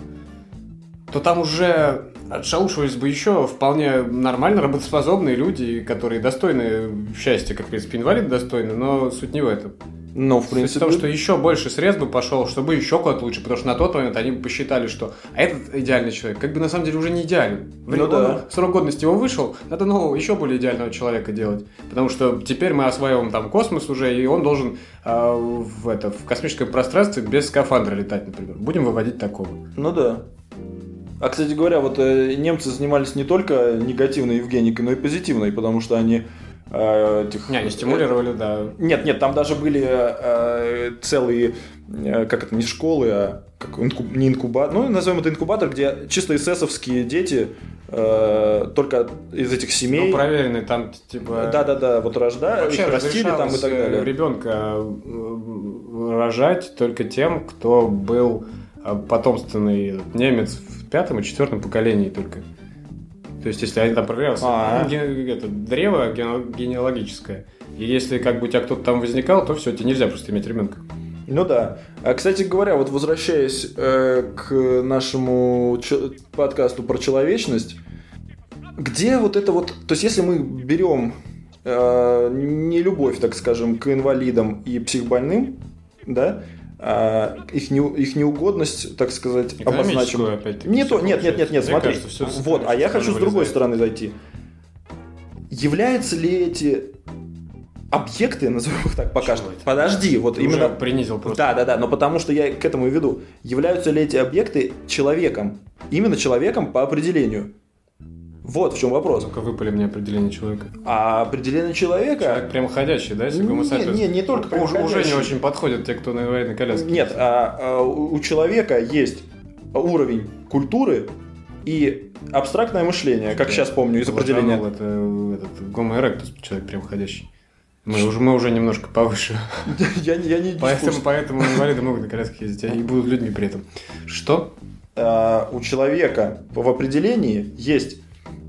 то там уже отшелушивались бы еще вполне нормально работоспособные люди, которые достойны счастья, как, в принципе, инвалиды достойны, но суть не в этом. Ну, в принципе... Суть в том, что еще больше средств бы пошел, чтобы еще куда-то лучше, потому что на тот момент они бы посчитали, что а этот идеальный человек, как бы на самом деле уже не идеален. Ну, да. Срок годности его вышел, надо нового, еще более идеального человека делать. Потому что теперь мы осваиваем там космос уже, и он должен э, в, это, в космическом пространстве без скафандра летать, например. Будем выводить такого. Ну да. А, кстати говоря, вот э, немцы занимались не только негативной евгеникой, но и позитивной, потому что они... Этих... Не, они стимулировали, да. Нет, нет, там даже были э, целые, э, как это, не школы, а как, инкуб... не инкубатор, ну, назовем это инкубатор, где чисто эсэсовские дети, э, только из этих семей. Ну, проверенные там, типа... Да-да-да, вот рождали, их растили там и так далее. Ребенка рожать только тем, кто был потомственный немец в пятом и четвертом поколении только. То есть, если они там проверялся, ну, ге- это древо ге- генеалогическое. И если как бы у тебя кто-то там возникал, то все, тебе нельзя просто иметь ребенка. Ну да. А, кстати говоря, вот возвращаясь э, к нашему ч- подкасту про человечность, где вот это вот... То есть, если мы берем э, не любовь, так скажем, к инвалидам и психбольным, да, а, их, не, их неугодность, так сказать, обозначим. Не то, нет, нет, нет, нет, смотри. Кажется, вот, а я хочу с другой стороны зайти. Являются ли эти объекты, назовем их так пока что. Подожди, вот Ты именно. Уже принизил просто. Да, да, да, но потому что я к этому и веду. Являются ли эти объекты человеком? Именно человеком по определению. Вот в чем вопрос. Ну-ка выпали мне определение человека. А определение человека... Человек прям ходячий, да? Если не, не, не только прям уже, уже не очень подходят те, кто на инвалидной коляске. Нет, а, а, у человека есть уровень культуры и абстрактное мышление, как да. сейчас помню из определения. Это этот Homo erectus, человек прям ходящий. Мы уже, мы уже немножко повыше. я, я не поэтому, поэтому инвалиды могут на колясках ездить и будут людьми при этом. Что? А, у человека в определении есть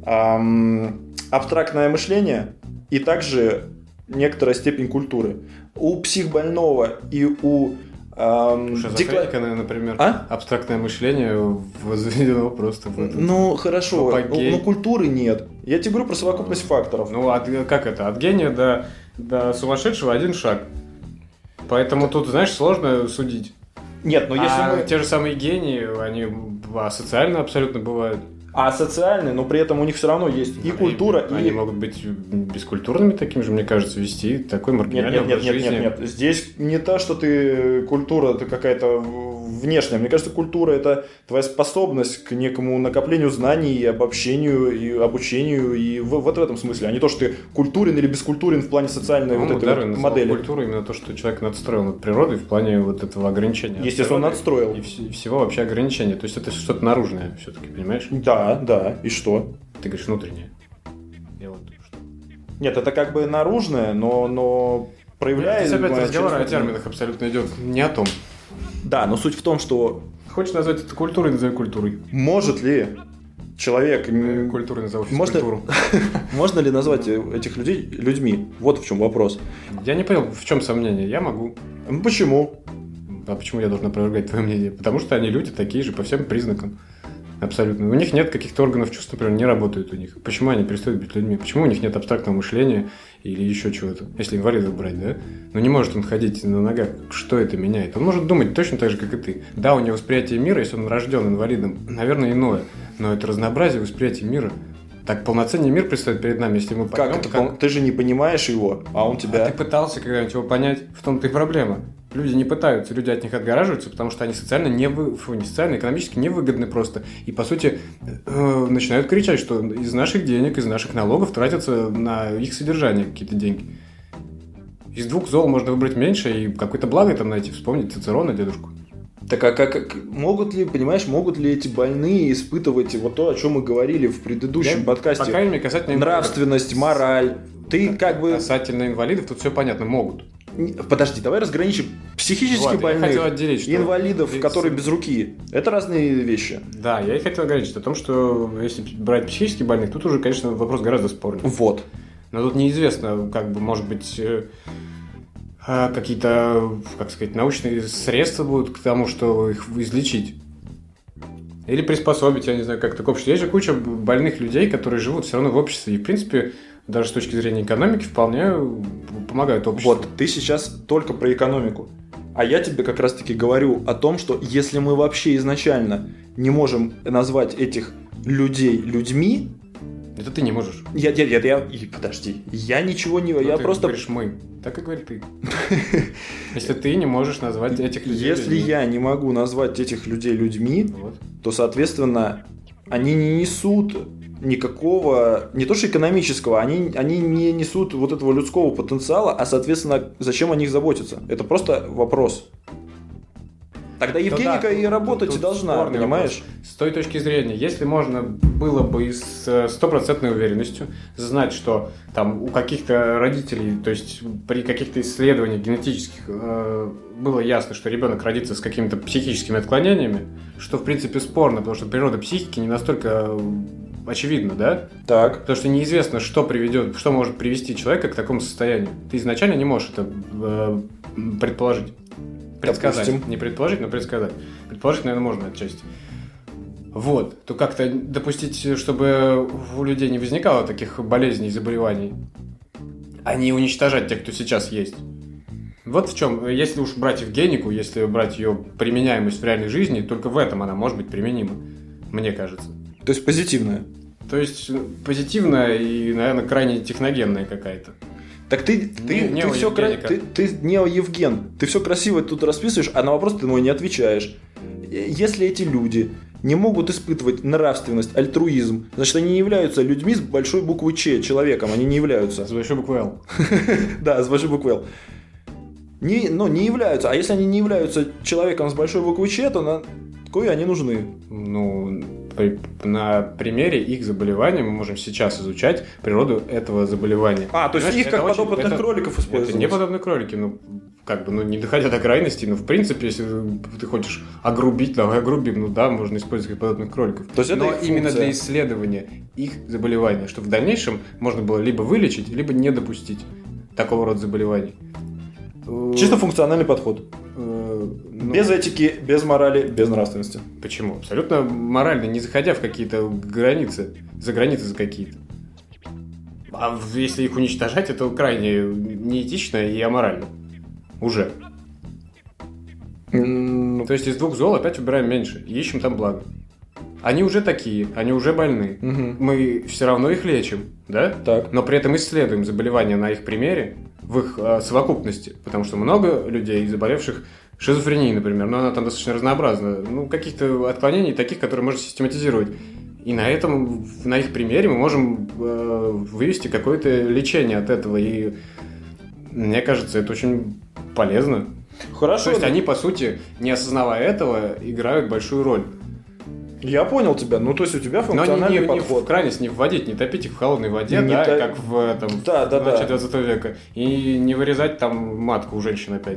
эм, абстрактное мышление и также некоторая степень культуры. У психбольного и у эм, шизофреника, декла... например, а? абстрактное мышление возведено просто в это. Ну хорошо, ну, ну культуры нет. Я тебе говорю про совокупность факторов. Ну, от, как это? От гения до, до сумасшедшего один шаг. Поэтому тут, знаешь, сложно судить. Нет, но если а мы... те же самые гении, они асоциально абсолютно бывают. А социальные, но при этом у них все равно есть и культура, и... Они могут быть бескультурными такими же, мне кажется, вести такой маргинальный нет, нет, образ нет, жизни. нет, нет, нет. Здесь не то, что ты культура, это какая-то внешняя. Мне кажется, культура – это твоя способность к некому накоплению знаний, и обобщению, и обучению, и в, вот в этом смысле. А не то, что ты культурен или бескультурен в плане социальной ну, вот этой Дарвин вот назвал модели. Культура именно то, что человек надстроил над природой в плане вот этого ограничения. Естественно, он надстроил. И, вс- и всего вообще ограничения. То есть это что-то наружное все-таки, понимаешь? Да, да. И что? Ты говоришь внутреннее. Я вот что. Нет, это как бы наружное, но, но проявляет... Здесь опять ну, разговор о через- терминах абсолютно идет не о том. Да, но суть в том, что Хочешь назвать это культурой, назови культурой. может ли человек... м, Культурой назову Можно- физкультуру. Можно ли назвать этих людей людьми? Вот в чем вопрос. Я не понял, в чем сомнение. Я могу. Ну, почему? А почему я должен опровергать твое мнение? Потому что они люди такие же по всем признакам. Абсолютно. У них нет каких-то органов чувств, например, не работают у них. Почему они перестают быть людьми? Почему у них нет абстрактного мышления или еще чего-то? Если инвалидов брать, да? Но не может он ходить на ногах. Что это меняет? Он может думать точно так же, как и ты. Да, у него восприятие мира, если он рожден инвалидом, наверное, иное. Но это разнообразие восприятия мира. Так полноценный мир предстоит перед нами, если мы Как поймем, это? пол- Ты же не понимаешь его, а он А тебя... ты пытался когда-нибудь его понять? В том-то и проблема. Люди не пытаются, люди от них отгораживаются, потому что они социально не вы... Фу, не социально, экономически невыгодны просто. И, по сути, э, начинают кричать, что из наших денег, из наших налогов тратятся на их содержание какие-то деньги. Из двух зол можно выбрать меньше и какое-то благо там найти. Вспомнить Цицерона, дедушку. Так а как, как- могут ли, понимаешь, могут ли эти больные испытывать вот то, о чем мы говорили в предыдущем Я, подкасте? По крайней мере, касательно Нравственность, мораль. Ты как бы... Касательно инвалидов, тут все понятно, могут. Не- Подожди, давай разграничим психически Вот, я больных, хотел отделить, что- инвалидов, Ты- которые без руки. Это разные вещи. Да, я и хотел говорить о том, что если брать психически больных, тут уже, конечно, вопрос гораздо спорнее. Вот. Но тут неизвестно, как бы, может быть, э, э, какие-то, как сказать, научные средства будут к тому, что их излечить. Или приспособить, я не знаю, как-то к обществу. Есть же куча больных людей, которые живут все равно в обществе. И, в принципе, даже с точки зрения экономики, вполне помогают обществу. Вот, ты сейчас только про экономику. А я тебе как раз-таки говорю о том, что если мы вообще изначально не можем назвать этих людей людьми, Это ты не можешь. я, я, я, я- и подожди, я ничего не, Ну, я ты просто, говоришь «мы». Так и говори ты. Если ты не можешь назвать этих людей если людьми. я не могу назвать этих людей людьми, Вот. то, соответственно, они не несут никакого, не то что экономического, они, они не несут вот этого людского потенциала, а, соответственно, зачем о них заботиться? Это просто вопрос. Тогда Ну Евгеника да, и тут- работать тут и должна, спорный понимаешь? вопрос. С той точки зрения, если можно было бы и с э, стопроцентной уверенностью знать, что там у каких-то родителей, то есть при каких-то исследованиях генетических э, было ясно, что ребенок родится с какими-то психическими отклонениями, что в принципе спорно, потому что природа психики не настолько э, очевидна, да? Так. Потому что неизвестно, что приведет, что может привести человека к такому состоянию. Ты изначально не можешь это э, предположить. Предсказать. Допустим. Не предположить, но предсказать. Предположить, наверное, можно отчасти. Вот. То как-то допустить, чтобы у людей не возникало таких болезней и заболеваний, а не уничтожать тех, кто сейчас есть. Вот в чем. Если уж брать Евгенику, если брать ее применяемость в реальной жизни, только в этом она может быть применима, мне кажется. То есть позитивное. То есть позитивная и, наверное, крайне техногенная какая-то. Так ты, ты, Не- не ты, у все кра- Евгеника. ты, ты не Евген, ты все красиво тут расписываешь, а на вопрос ты мой не отвечаешь. Если эти люди не могут испытывать нравственность, альтруизм, значит, они не являются людьми с большой буквы Ч, человеком, они не являются. С большой буквы «Л». Да, с большой буквы Л. Не, но не являются. А если они не являются человеком с большой буквы Ч, то на кое они нужны? Ну, при- на примере их заболевания мы можем сейчас изучать природу этого заболевания. А, то есть Понимаешь, их как это очень- подопытных это- кроликов Это использовать? не подобные кролики, ну, как бы, ну, не доходя до крайности, но, в принципе, если ты хочешь огрубить, давай огрубим, ну, да, можно использовать как подобных кроликов. То есть это но их именно функция. для исследования их заболевания, чтобы в дальнейшем можно было либо вылечить, либо не допустить такого рода заболеваний. Чисто функциональный подход. Э, ну, Без этики, без морали, без нравственности. Почему? Абсолютно морально, не заходя в какие-то границы, за границы за какие-то. А если их уничтожать, это крайне неэтично и аморально. Уже. Mm. То есть из двух зол опять убираем меньше и ищем там благо. Они уже такие, они уже больны. Угу. Мы все равно их лечим, да? Так. Но при этом исследуем заболевания на их примере, в их э, совокупности. Потому что много людей, заболевших шизофренией, например, но она там достаточно разнообразна. Ну, каких-то отклонений таких, которые можно систематизировать. И на этом, на их примере мы можем э, вывести какое-то лечение от этого. И мне кажется, это очень полезно. Хорошо. То есть они, по сути, не осознавая этого, играют большую роль. Я понял тебя. Ну, то есть у тебя функциональный Но не, не, подход. Не в крайность не вводить, не топить их в холодной воде, не да, то... как в, этом, да, в да, начале да. двадцатого века. И не вырезать там матку у женщин опять.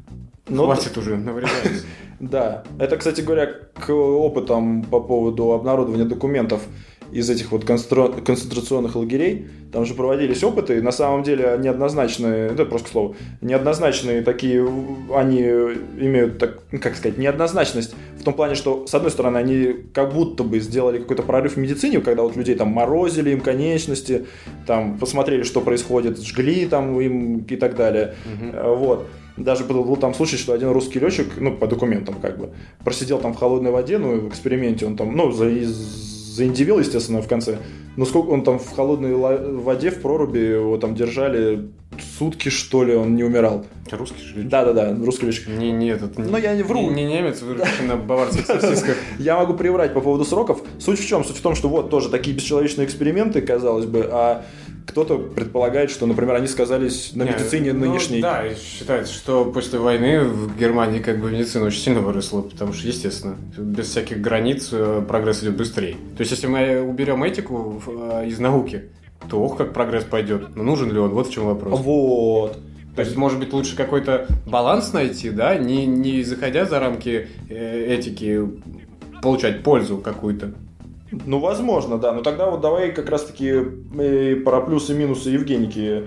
Ну, хватит т... уже, навырезались. Да. Это, кстати говоря, к опытам по поводу обнародования документов из этих вот концентрационных лагерей. Там же проводились опыты, и на самом деле неоднозначные, это просто к слову, неоднозначные такие, они имеют, так, как сказать, неоднозначность в том плане, что, с одной стороны, они как будто бы сделали какой-то прорыв в медицине, когда вот людей там морозили им конечности, там посмотрели, что происходит, жгли там им и так далее. Угу. Вот. Даже был, был там случай, что один русский летчик, ну, по документам как бы, просидел там в холодной воде, ну, в эксперименте он там, ну, за, заиндивил, естественно, в конце. Но сколько он там в холодной воде, в проруби его там держали сутки, что ли, он не умирал. Русский же летчик? Да-да-да, русский летчик. Не, не этот... Но я не вру. Не, не немец, выращенный на баварских сосисках. Я могу приврать по поводу сроков. Суть в чем? Суть в том, что вот тоже такие бесчеловечные эксперименты, казалось бы, а кто-то предполагает, что, например, они сказались на медицине ну, нынешней. Да, и считается, что после войны в Германии как бы медицина очень сильно выросла, потому что, естественно, без всяких границ прогресс идет быстрее. То есть, если мы уберем этику из науки, то ох, как прогресс пойдет. Но нужен ли он? Вот в чем вопрос. Вот. То есть, может быть, лучше какой-то баланс найти, да, не, не заходя за рамки этики, получать пользу какую-то. Ну, возможно, да. Но тогда вот давай как раз-таки про плюсы и минусы Евгеники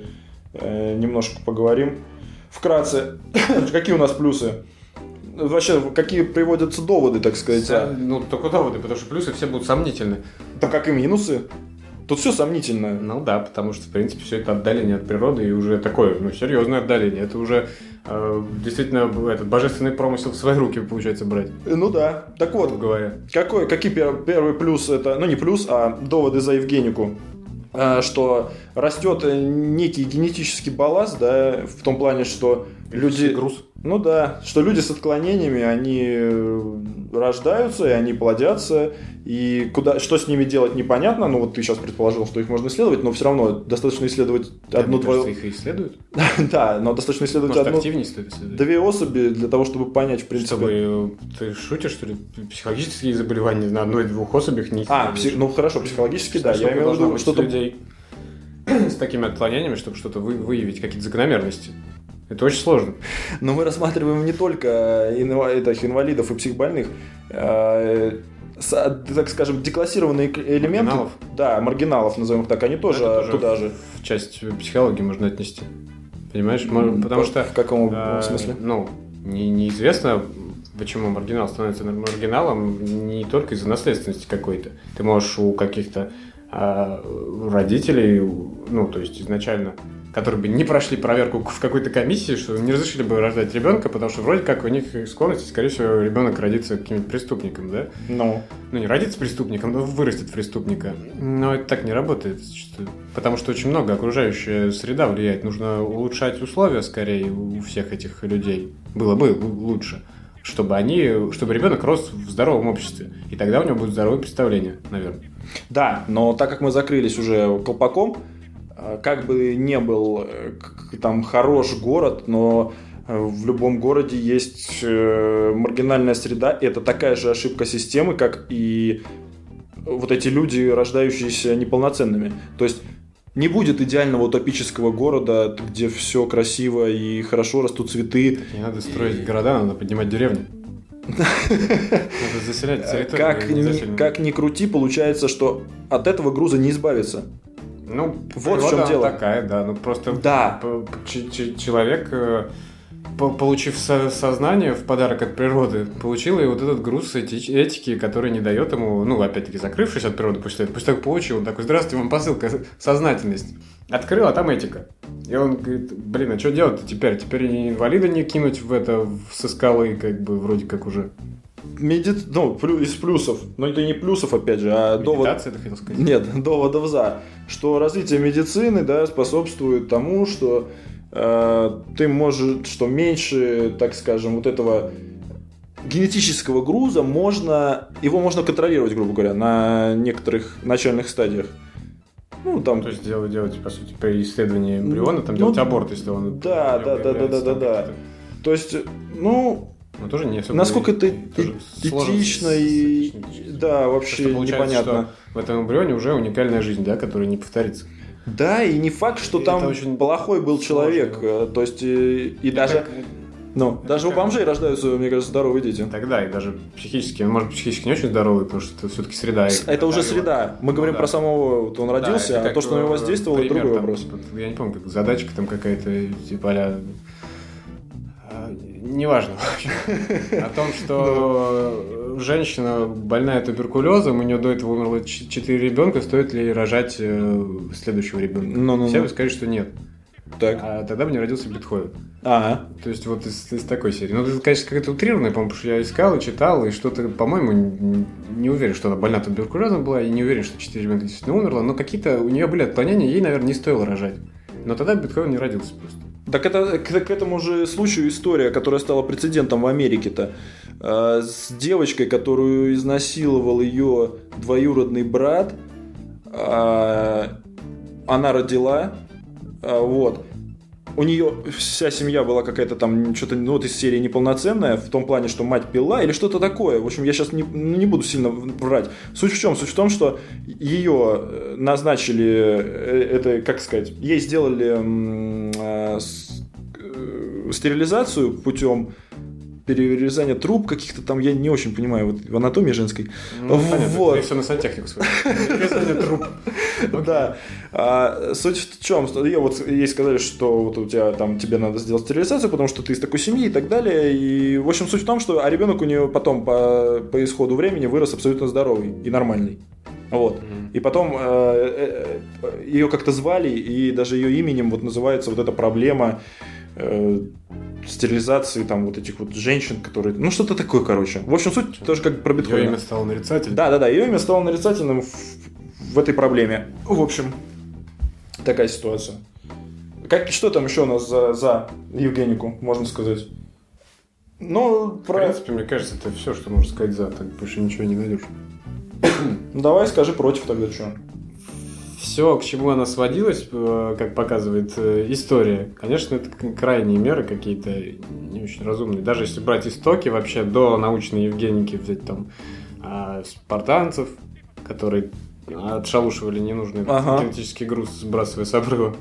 э, немножко поговорим. Вкратце, какие у нас плюсы? Вообще, какие приводятся доводы, так сказать? Вся, ну, только доводы, потому что плюсы все будут сомнительны. Да как и минусы. Тут все сомнительно. Ну да, потому что, в принципе, все это отдаление от природы и уже такое, ну, серьезное отдаление. Это уже э, действительно этот божественный промысел в свои руки, получается, брать. Ну да. Так вот, говоря. Какой, какие пер, первый плюс, это, ну не плюс, а доводы за Евгенику, э, что растет некий генетический балласт, да, в том плане, что люди... груз. Ну да, что люди с отклонениями, они рождаются, и они плодятся, и куда, что с ними делать непонятно, ну вот ты сейчас предположил, что их можно исследовать, но все равно достаточно исследовать да, одну-двою... их и исследуют? Да, но достаточно исследовать Может, одну... активнее стоит исследовать? Две особи для того, чтобы понять, в принципе... Чтобы... Ты шутишь, что ли? Психологические заболевания на одной-двух особях не А, псих... ну хорошо, психологически, да, я имею в виду что-то... людей с такими отклонениями, чтобы что-то вы... выявить, какие-то закономерности. Это очень сложно. Но мы рассматриваем не только этих инвалидов и психбольных, а, так скажем, деклассированные элементы. Маргиналов? Да, маргиналов, назовем их так, они тоже, тоже туда же. В часть психологии можно отнести. Понимаешь? Потому По, что... В каком э, смысле? Ну, не, неизвестно, почему маргинал становится маргиналом не только из-за наследственности какой-то. Ты можешь у каких-то э, родителей, ну, то есть изначально... которые бы не прошли проверку в какой-то комиссии, что не разрешили бы рождать ребенка, потому что вроде как у них склонность, скорее всего, ребенок родится каким-нибудь преступником, да? Ну. Ну, не родится преступником, но вырастет преступника. Но это так не работает, потому что очень много окружающая среда влияет. Нужно улучшать условия, скорее, у всех этих людей. Было бы лучше, чтобы они, чтобы ребенок рос в здоровом обществе. И тогда у него будет здоровое представление, наверное. Да, но так как мы закрылись уже колпаком, как бы не был там хорош город, но в любом городе есть маргинальная среда. Это такая же ошибка системы, как и вот эти люди, рождающиеся неполноценными. То есть не будет идеального утопического города, где все красиво и хорошо растут цветы. Не надо строить города, надо поднимать деревни. Надо заселять территорию. Как ни крути, получается, что от этого груза не избавиться. Ну, вот в чем дело. Такая, да, ну просто да. человек получив со- сознание в подарок от природы, получил и вот этот груз эти- этики, который не дает ему, ну, опять-таки, закрывшись от природы после этого, после того, как получил, он такой: здравствуйте, вам посылка, сознательность. Открыл, а там этика. И он говорит: блин, а что делать-то теперь? Теперь и инвалида не кинуть в это, со скалы, как бы, вроде как уже. Меди... Ну, плю... из плюсов, но это не плюсов, опять же, а довод... Медитация, это хотел сказать? Нет, доводов за, что развитие медицины, да, способствует тому, что э, ты можешь, что меньше, так скажем, вот этого генетического груза можно, его можно контролировать, грубо говоря, на некоторых начальных стадиях. Ну, там... То есть делать, делать, по сути, при исследовании эмбриона, там ну, делать аборт, если он... Да, да, да, да, да, да, да. То есть, ну... Но тоже не особо... Насколько это этично и... Да, вообще непонятно. В этом эмбрионе уже уникальная жизнь, да, которая не повторится. Да, и не факт, что и там плохой был человек. Сложно. То есть, и, и даже... Как... Ну, это даже как... у бомжей рождаются, мне кажется, здоровые дети. Тогда и даже психически, он может психически не очень здоровый, потому что это все-таки среда. Это уже среда. Мы говорим ну, да. про самого, вот он родился, да, а то, что на него воздействовало, это другой там, вопрос. Я не помню, как задачка там какая-то, типа а-ля... Неважно. О том, что женщина больная туберкулезом, у нее до этого умерло четыре ребенка, стоит ли рожать следующего ребенка? No, no, no. Все бы сказали, что нет. Так. А тогда бы не родился Бетховен. А. То есть вот из, из такой серии. Ну, это, конечно, какая-то утрированная, по-моему, потому что я искал и читал, и что-то, по-моему, не, не уверен, что она больна туберкулезом была, и не уверен, что четыре ребенка действительно умерло, но какие-то у нее были отклонения, ей, наверное, не стоило рожать. Но тогда Бетховен не родился просто. Так это к, к этому же случаю история, которая стала прецедентом в Америке-то. Э, с девочкой, которую изнасиловал ее двоюродный брат. Э, она родила. Э, вот. У нее вся семья была какая-то там, что-то, ну, вот из серии неполноценная, в том плане, что мать пила или что-то такое. В общем, я сейчас не, не буду сильно врать. Суть в чем? Суть в том, что ее назначили, это, как сказать, ей сделали э, стерилизацию путем перерезания труб каких-то там, я не очень понимаю, вот в анатомии женской. Ну, понятно, вот. Это все на сантехнику свою. Перерезание труб. Да. А, суть в чем? Ей вот ей сказали, что вот у тебя там тебе надо сделать стерилизацию, потому что ты из такой семьи и так далее. И в общем суть в том, что а ребенок у нее потом по, по исходу времени вырос абсолютно здоровый и нормальный. Вот. Mm-hmm. И потом э, э, ее как-то звали, и даже ее именем вот называется вот эта проблема э, стерилизации там вот этих вот женщин, которые... Ну, что-то такое, короче. В общем, суть тоже как про Бетховена. Ее имя стало нарицательным. Да-да-да, ее имя стало нарицательным в, в этой проблеме. В общем, такая ситуация. Как, что там еще у нас за, за Евгенику, можно сказать? Ну, про... В принципе, мне кажется, это все, что можно сказать за. Так больше ничего не найдешь. Давай скажи против тогда, что? Все, к чему она сводилась, как показывает история, конечно, это крайние меры какие-то не очень разумные. Даже если брать истоки вообще до научной Евгеники, взять там спартанцев, которые отшалушивали ненужный ага. генетический груз, сбрасывая с обрыва.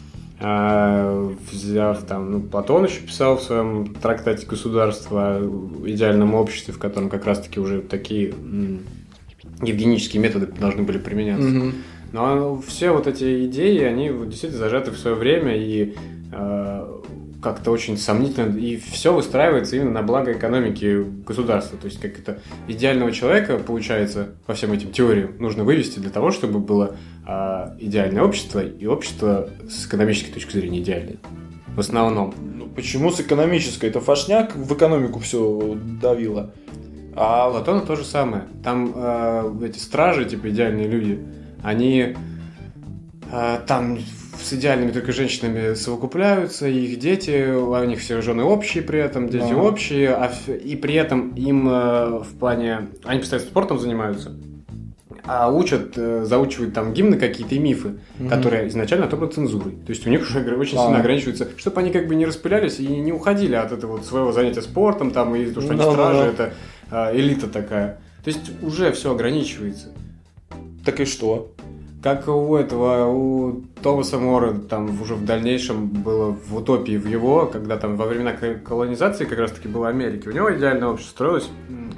А, взяв там, ну, Платон еще писал в своем трактате «Государство» о идеальном обществе, в котором как раз-таки уже такие м- евгенические методы должны были применяться. Mm-hmm. Но все вот эти идеи, они действительно зажаты в свое время и э, как-то очень сомнительно, и все выстраивается именно на благо экономики государства. То есть как это идеального человека, получается, по всем этим теориям нужно вывести для того, чтобы было э, идеальное общество, и общество с экономической точки зрения идеальное. В основном. Ну, почему с экономической? Это фашняк в экономику все давило. А Платона то же самое. Там э, эти стражи, типа идеальные люди, они э, там с идеальными только женщинами совокупляются, и их дети, у них все жены общие при этом, дети ага. общие, а, и при этом им э, в плане... Они постоянно спортом занимаются, а учат, э, заучивают там гимны какие-то и мифы, угу. которые изначально отобраны цензурой. То есть у них уже очень а. сильно ограничиваются, чтобы они как бы не распылялись и не уходили от этого вот своего занятия спортом, там, и то, что они да, стражи, да. это э, элита такая. То есть уже все ограничивается. Так и что? Как у этого, у Томаса Мора, там уже в дальнейшем было в утопии в его, когда там во времена колонизации как раз-таки была Америка, у него идеальное общество строилось,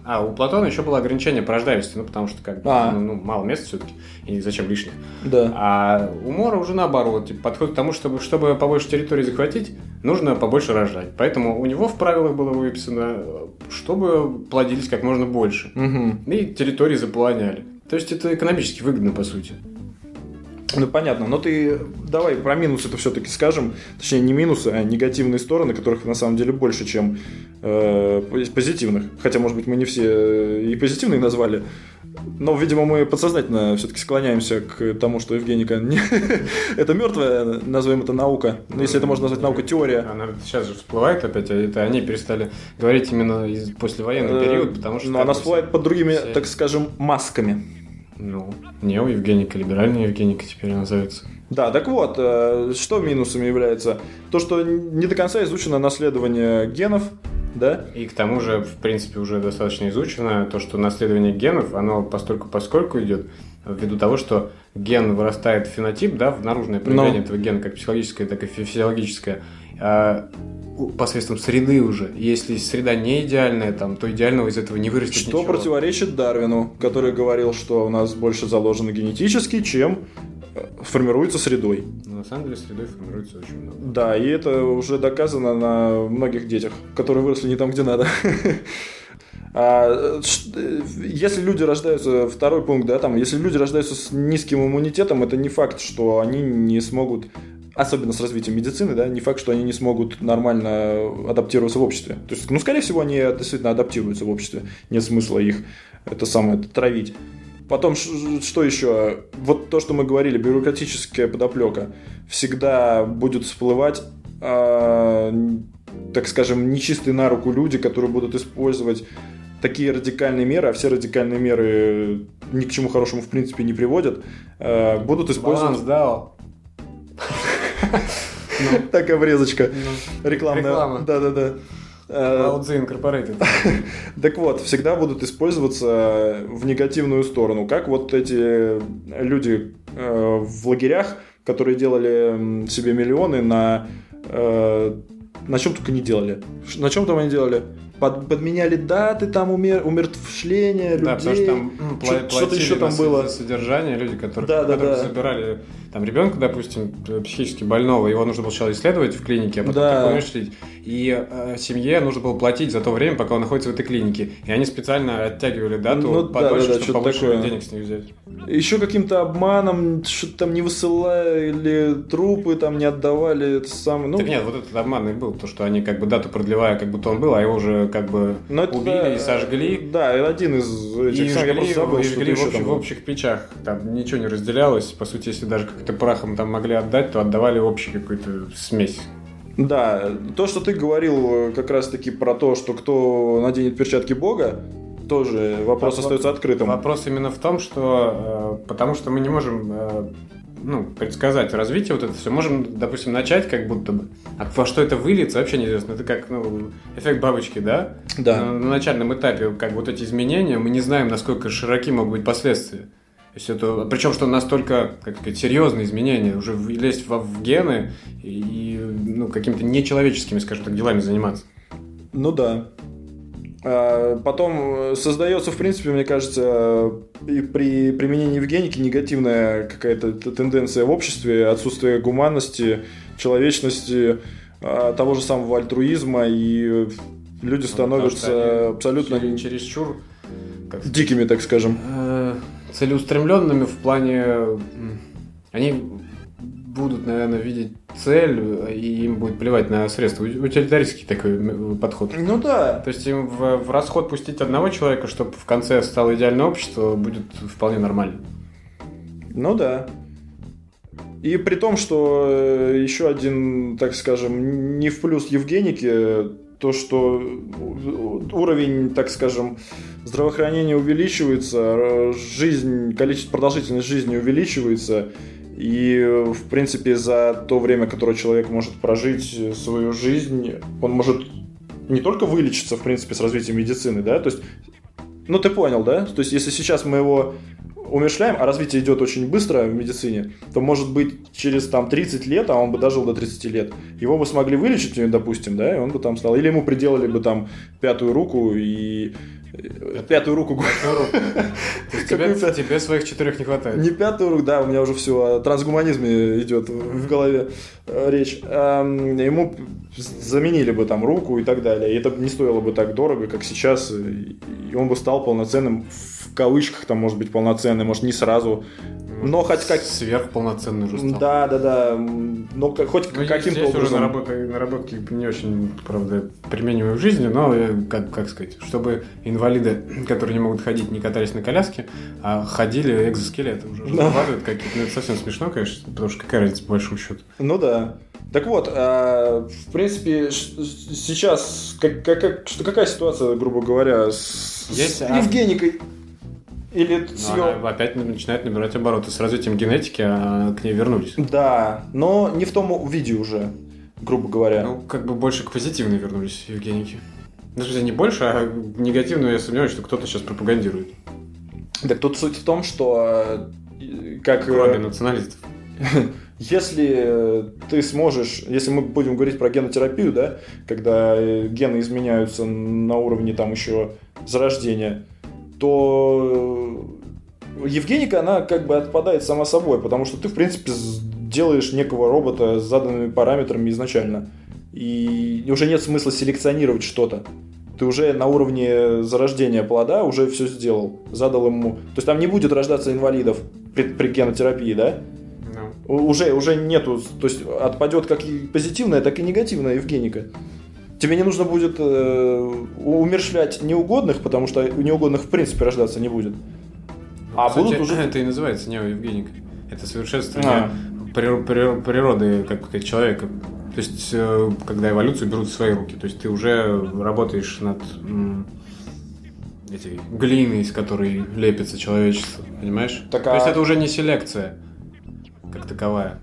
А, у Платона еще было ограничение по рождаемости, ну, потому что как бы, А. ну, ну, мало места все-таки, и зачем лишних. Да. А у Мора уже наоборот, типа, подходит к тому, чтобы, чтобы побольше территории захватить, нужно побольше рожать. Поэтому у него в правилах было выписано, чтобы плодились как можно больше. Угу. И территории заполоняли. То есть это экономически выгодно, по сути. Ну, понятно, но ты давай про минусы это все-таки скажем, точнее не минусы, а негативные стороны, которых на самом деле больше, чем э, позитивных. Хотя, может быть, мы не все и позитивные назвали, но, видимо, мы подсознательно все-таки склоняемся к тому, что Евгеника не... это мертвая, назовем это наука, ну, если это можно назвать наука, теория. Она сейчас же всплывает опять, а это они перестали говорить именно из послевоенный период, потому что... Но она всплывает под другими, все... так скажем, масками. Ну, нео-Евгеника, либеральная Евгеника теперь назовется. Да, так вот, что минусами является? То, что не до конца изучено наследование генов, да? И к тому же, в принципе, уже достаточно изучено то, что наследование генов, оно постольку-поскольку идет, ввиду того, что ген вырастает в фенотип, да, в наружное проявление Но... этого гена, как психологическое, так и физиологическое, посредством среды уже. Если среда не идеальная, там, то идеального из этого не вырастет что ничего. Что противоречит Дарвину, который говорил, что у нас больше заложено генетически, чем формируется средой. Но на самом деле средой формируется очень много. Да, и это уже доказано на многих детях, которые выросли не там, где надо. А, если люди рождаются, второй пункт, да, там, если люди рождаются с низким иммунитетом, это не факт, что они не смогут, особенно с развитием медицины, да, не факт, что они не смогут нормально адаптироваться в обществе. То есть, ну, скорее всего, они действительно адаптируются в обществе. Нет смысла их это самое травить. Потом, что еще? Вот то, что мы говорили, бюрократическая подоплека всегда будет всплывать, э, так скажем, нечистые на руку люди, которые будут использовать такие радикальные меры, а все радикальные меры ни к чему хорошему в принципе не приводят, э, будут использовать... Баланс дал. Такая врезочка рекламная. Реклама. Да-да-да. Lao Tzu Incorporated. Так вот, всегда будут использоваться в негативную сторону. Как вот эти люди э, в лагерях, которые делали себе миллионы на... Э, на чем только не делали. На чем там они делали? Под, подменяли даты, там умер, умертвления людей. Да, потому что там что, что-то еще там за, было. За содержание люди, которые, да, да, которые да. забирали там ребенка, допустим, психически больного, его нужно было сначала исследовать в клинике, а потом да. такое начали. И э, семье нужно было платить за то время, пока он находится в этой клинике. И они специально оттягивали дату ну, подольше, да, да, да, чтобы побольше такое. денег с них взять. Еще каким-то обманом что-то там не высылали трупы, там не отдавали это самое. Ну... Так нет, вот этот обман и был, то, что они как бы дату продливая, как будто он был, а его уже как бы Но убили это... и сожгли. Да, один из этих и сам, жгли, я просто забыл, и что жгли в, еще общ, там в общих печах. Там ничего не разделялось. По сути, если даже как-то прахом там могли отдать, то отдавали общий какую-то смесь. Да, то, что ты говорил как раз-таки про то, что кто наденет перчатки Бога, тоже вопрос Вопрос, остается открытым. Вопрос именно в том, что э, потому что мы не можем э, ну, предсказать развитие вот это все. Можем, допустим, начать как будто бы. А во что это выльется, вообще неизвестно. Это как ну, эффект бабочки, да? Да. На, на начальном этапе как вот эти изменения, мы не знаем, насколько широки могут быть последствия. То есть это, причем, что настолько, как сказать, серьезные изменения, уже лезть в, в гены и ну, какими-то нечеловеческими, скажем так, делами заниматься. Ну да. А потом создается, в принципе, мне кажется, и при применении евгеники негативная какая-то тенденция в обществе, отсутствие гуманности, человечности, того же самого альтруизма, и люди становятся абсолютно чересчур как дикими, так скажем. Целеустремленными в плане... Они будут, наверное, видеть цель, и им будет плевать на средства. Утилитаристский такой подход. Ну да. То есть им в, в расход пустить одного человека, чтобы в конце стало идеальное общество, будет вполне нормально. Ну да. И при том, что еще один, так скажем, не в плюс евгеники, то, что уровень, так скажем, здравоохранения увеличивается, жизнь, количество, продолжительность жизни увеличивается, и, в принципе, за то время, которое человек может прожить свою жизнь, он может не только вылечиться, в принципе, с развитием медицины, да, то есть, ну, ты понял, да, то есть, если сейчас мы его умерщвляем, а развитие идет очень быстро в медицине, то, может быть, через там тридцать лет, а он бы дожил до тридцати лет, его бы смогли вылечить, допустим, да, и он бы там стал, или ему приделали бы там пятую руку, и Пятую руку. Тебе своих четырех не хватает. Не пятую руку, да, у меня уже все о трансгуманизме идет в голове речь. Ему заменили бы там руку и так далее. И это не стоило бы так дорого, как сейчас. И он бы стал полноценным, в кавычках, там, может быть, полноценным, может, не сразу. Но хоть как... Сверхполноценный уже стал. Да, да, да. Но хоть ну, каким-то здесь образом... уже наработки, наработки не очень, правда, применимые в жизни, но, как, как сказать, чтобы инвалиды, которые не могут ходить, не катались на коляске, а ходили экзоскелеты уже разрабатывают какие-то. Ну, это совсем смешно, конечно, потому что какая разница, по большому счету. Ну да. Так вот, в принципе, сейчас как, как, какая ситуация, грубо говоря, с, Есть, с Евгеникой? Или с ее... Она опять начинает набирать обороты. С развитием генетики а к ней вернулись. Да, но не в том виде уже, грубо говоря. Ну, как бы больше к позитивной вернулись Евгеники. Ну, в смысле, не больше, а негативную я сомневаюсь, что кто-то сейчас пропагандирует. Так тут суть в том, что... Как... Кроме националистов. Если ты сможешь, если мы будем говорить про генотерапию, да, когда гены изменяются на уровне там еще зарождения, то Евгеника, она как бы отпадает сама собой, потому что ты, в принципе, делаешь некого робота с заданными параметрами изначально. И уже нет смысла селекционировать что-то. Ты уже на уровне зарождения плода уже все сделал, задал ему... То есть там не будет рождаться инвалидов при, при генотерапии, да? No. Уже, уже нету... То есть отпадет как и позитивная, так и негативная Евгеника. Тебе не нужно будет э, умерщвлять неугодных, потому что у неугодных в принципе рождаться не будет. А кстати, будут уже... Это и называется неоевгеника. Это совершенствование а. природы, как сказать, человека. То есть, когда эволюцию берут в свои руки. То есть, ты уже работаешь над м, этой глиной, из которой лепится человечество. Понимаешь? Так, То а... есть, это уже не селекция как таковая.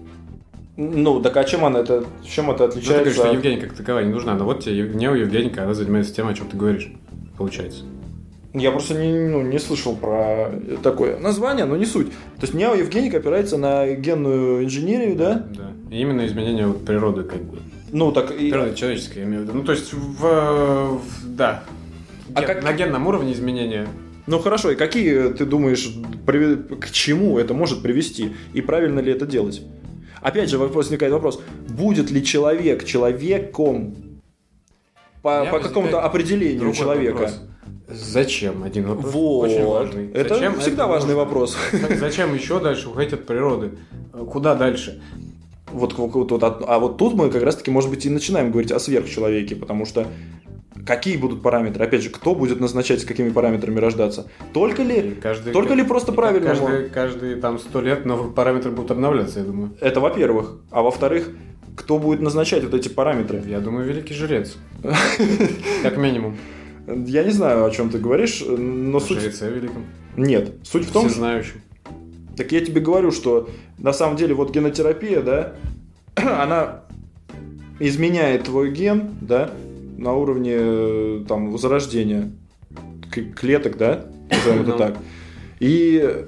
Ну, так а чем она это, чем это отличается? Ну, ты говоришь, что Евгеника как таковая не нужна, но вот тебе неоевгеника, она занимается тем, о чем ты говоришь, получается. Я просто не, ну, не слышал про такое название, но не суть. То есть неоевгеника опирается на генную инженерию, да? Да. И именно изменение вот природы, как бы. Ну, так и... Природы человеческой, я имею в виду. Ну, то есть, в... в да. А Ген... как... На генном уровне изменения. Ну, хорошо, и какие, ты думаешь, при... к чему это может привести? И правильно ли это делать? Опять же, вопрос, возникает вопрос, будет ли человек человеком по, по какому-то определению человека? Вопрос. Зачем? Один вопрос. Вот. Очень важный. Это зачем всегда это важный нужно? Вопрос. Зачем еще дальше уходить от природы? Куда дальше? Вот, вот, вот, а вот тут мы как раз-таки, может быть, и начинаем говорить о сверхчеловеке, потому что какие будут параметры? Опять же, кто будет назначать, с какими параметрами рождаться? Только ли, каждый, только ли просто правильно? Каждые, каждые там сто лет новые параметры будут обновляться, я думаю. Это во-первых. А во-вторых, кто будет назначать вот эти параметры? Я думаю, великий жрец. Как минимум. Я не знаю, о чем ты говоришь, но суть... Жреце великом. Нет. Суть в том, всезнающим. Так я тебе говорю, что на самом деле вот генотерапия, да, она изменяет твой ген, да, на уровне там зарождения клеток, да, назовем это так. И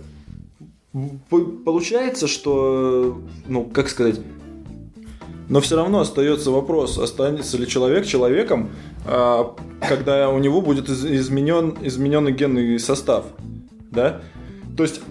получается, что, ну, как сказать, но все равно остается вопрос, останется ли человек человеком, когда у него будет изменен, измененный генный состав, да? То есть...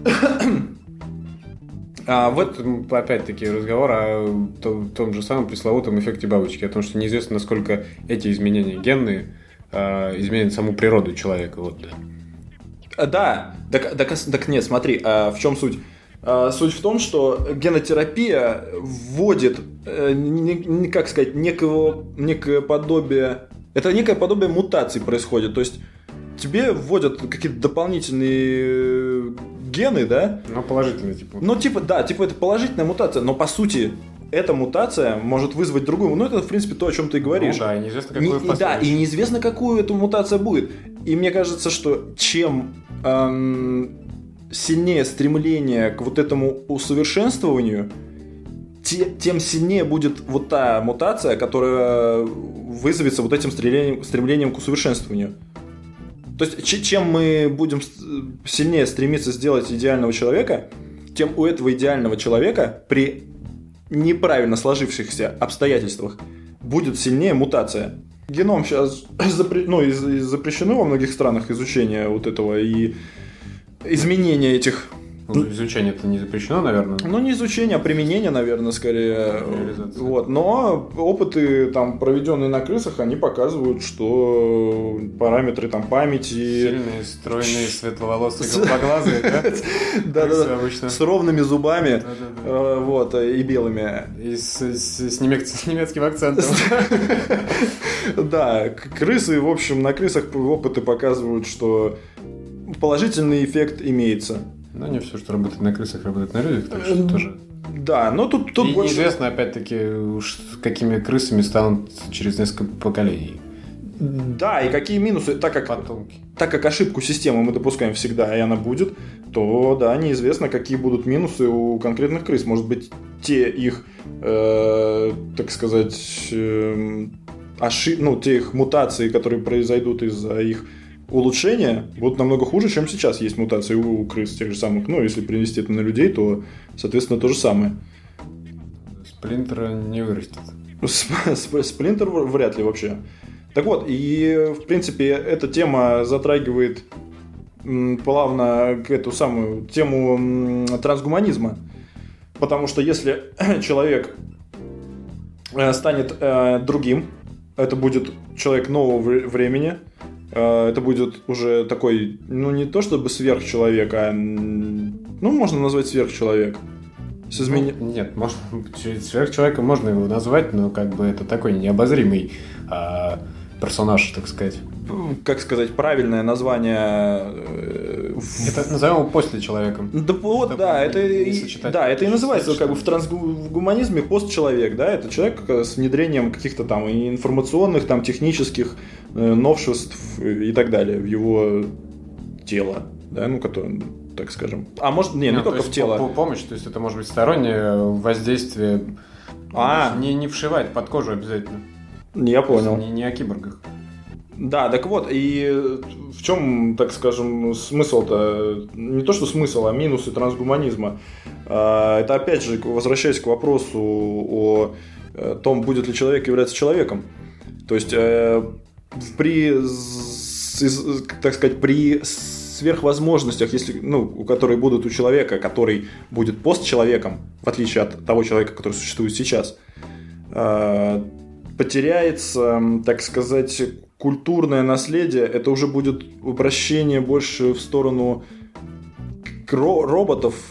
А вот опять-таки разговор о том, том же самом пресловутом эффекте бабочки, о том, что неизвестно, насколько эти изменения генные э, изменят саму природу человека. Вот, да, да так, так, так нет, смотри, а в чем суть? А, суть в том, что генотерапия вводит, э, не, не, как сказать, некого, некое подобие, это некое подобие мутаций происходит, то есть тебе вводят какие-то дополнительные гены, да? Ну, положительные, типа. Ну, типа, да, типа это положительная мутация, но по сути эта мутация может вызвать другую. Ну, это, в принципе, то, о чем ты говоришь. Ну, да, и неизвестно, какую Не, Да, и неизвестно, какую эту мутация будет. И мне кажется, что чем эм, сильнее стремление к вот этому усовершенствованию, те, тем сильнее будет вот та мутация, которая вызовется вот этим стремлением, стремлением к усовершенствованию. То есть, чем мы будем сильнее стремиться сделать идеального человека, тем у этого идеального человека при неправильно сложившихся обстоятельствах будет сильнее мутация. геном сейчас запре... ну, из... из... запрещено во многих странах изучение вот этого и изменения этих. Ну, изучение это не запрещено, наверное. Ну, не изучение, а применение, наверное, скорее. Вот. Но опыты, там, проведенные на крысах, они показывают, что параметры там, памяти... Сильные, стройные, светловолосые, голубоглазые, да? Да-да-да, с ровными зубами вот, и белыми. И с немецким акцентом. Да, крысы, в общем, на крысах опыты показывают, что положительный эффект имеется. Но не все, что работает на крысах, работает на людях, так что тоже... Да, но тут, тут и больше... неизвестно, опять-таки, какими крысами станут через несколько поколений. Да, и какие минусы, так как, Потомки. так как ошибку системы мы допускаем всегда, и она будет, то, да, неизвестно, какие будут минусы у конкретных крыс. Может быть, те их, э, так сказать, э, ошиб... ну, те их мутации, которые произойдут из-за их улучшения, будут намного хуже, чем сейчас есть мутации у крыс тех же самых. Ну, если перенести это на людей, то, соответственно, то же самое. Сплинтера не вырастет. Сплинтер вряд ли вообще. Так вот, и, в принципе, эта тема затрагивает плавно эту самую тему трансгуманизма. Потому что если человек станет другим, это будет человек нового времени, это будет уже такой, ну, не то чтобы сверхчеловек, а, ну, можно назвать сверхчеловек. С измен... ну, нет, можно, сверхчеловеком можно его назвать, но как бы это такой необозримый а, персонаж, так сказать. Как сказать, правильное название... Это назовем его после человеком. Да, вот, да, это, и, да, это и называется как бы в трансгуманизме постчеловек, да, это человек с внедрением каких-то там информационных, там, технических э, новшеств и так далее в его тело, да, ну, которое, так скажем. А может, не, не ну, только в тело. По- помощь, то есть это может быть стороннее воздействие, а. не, не вшивать под кожу обязательно. Я понял. Не, не о киборгах. Да, так вот, и в чем, так скажем, смысл-то? Не то, что смысл, а минусы трансгуманизма. Это, опять же, возвращаясь к вопросу о том, будет ли человек являться человеком. То есть, при, так сказать, при сверхвозможностях, если, ну, которые будут у человека, который будет постчеловеком, в отличие от того человека, который существует сейчас, потеряется, так сказать, культурное наследие, это уже будет обращение больше в сторону роботов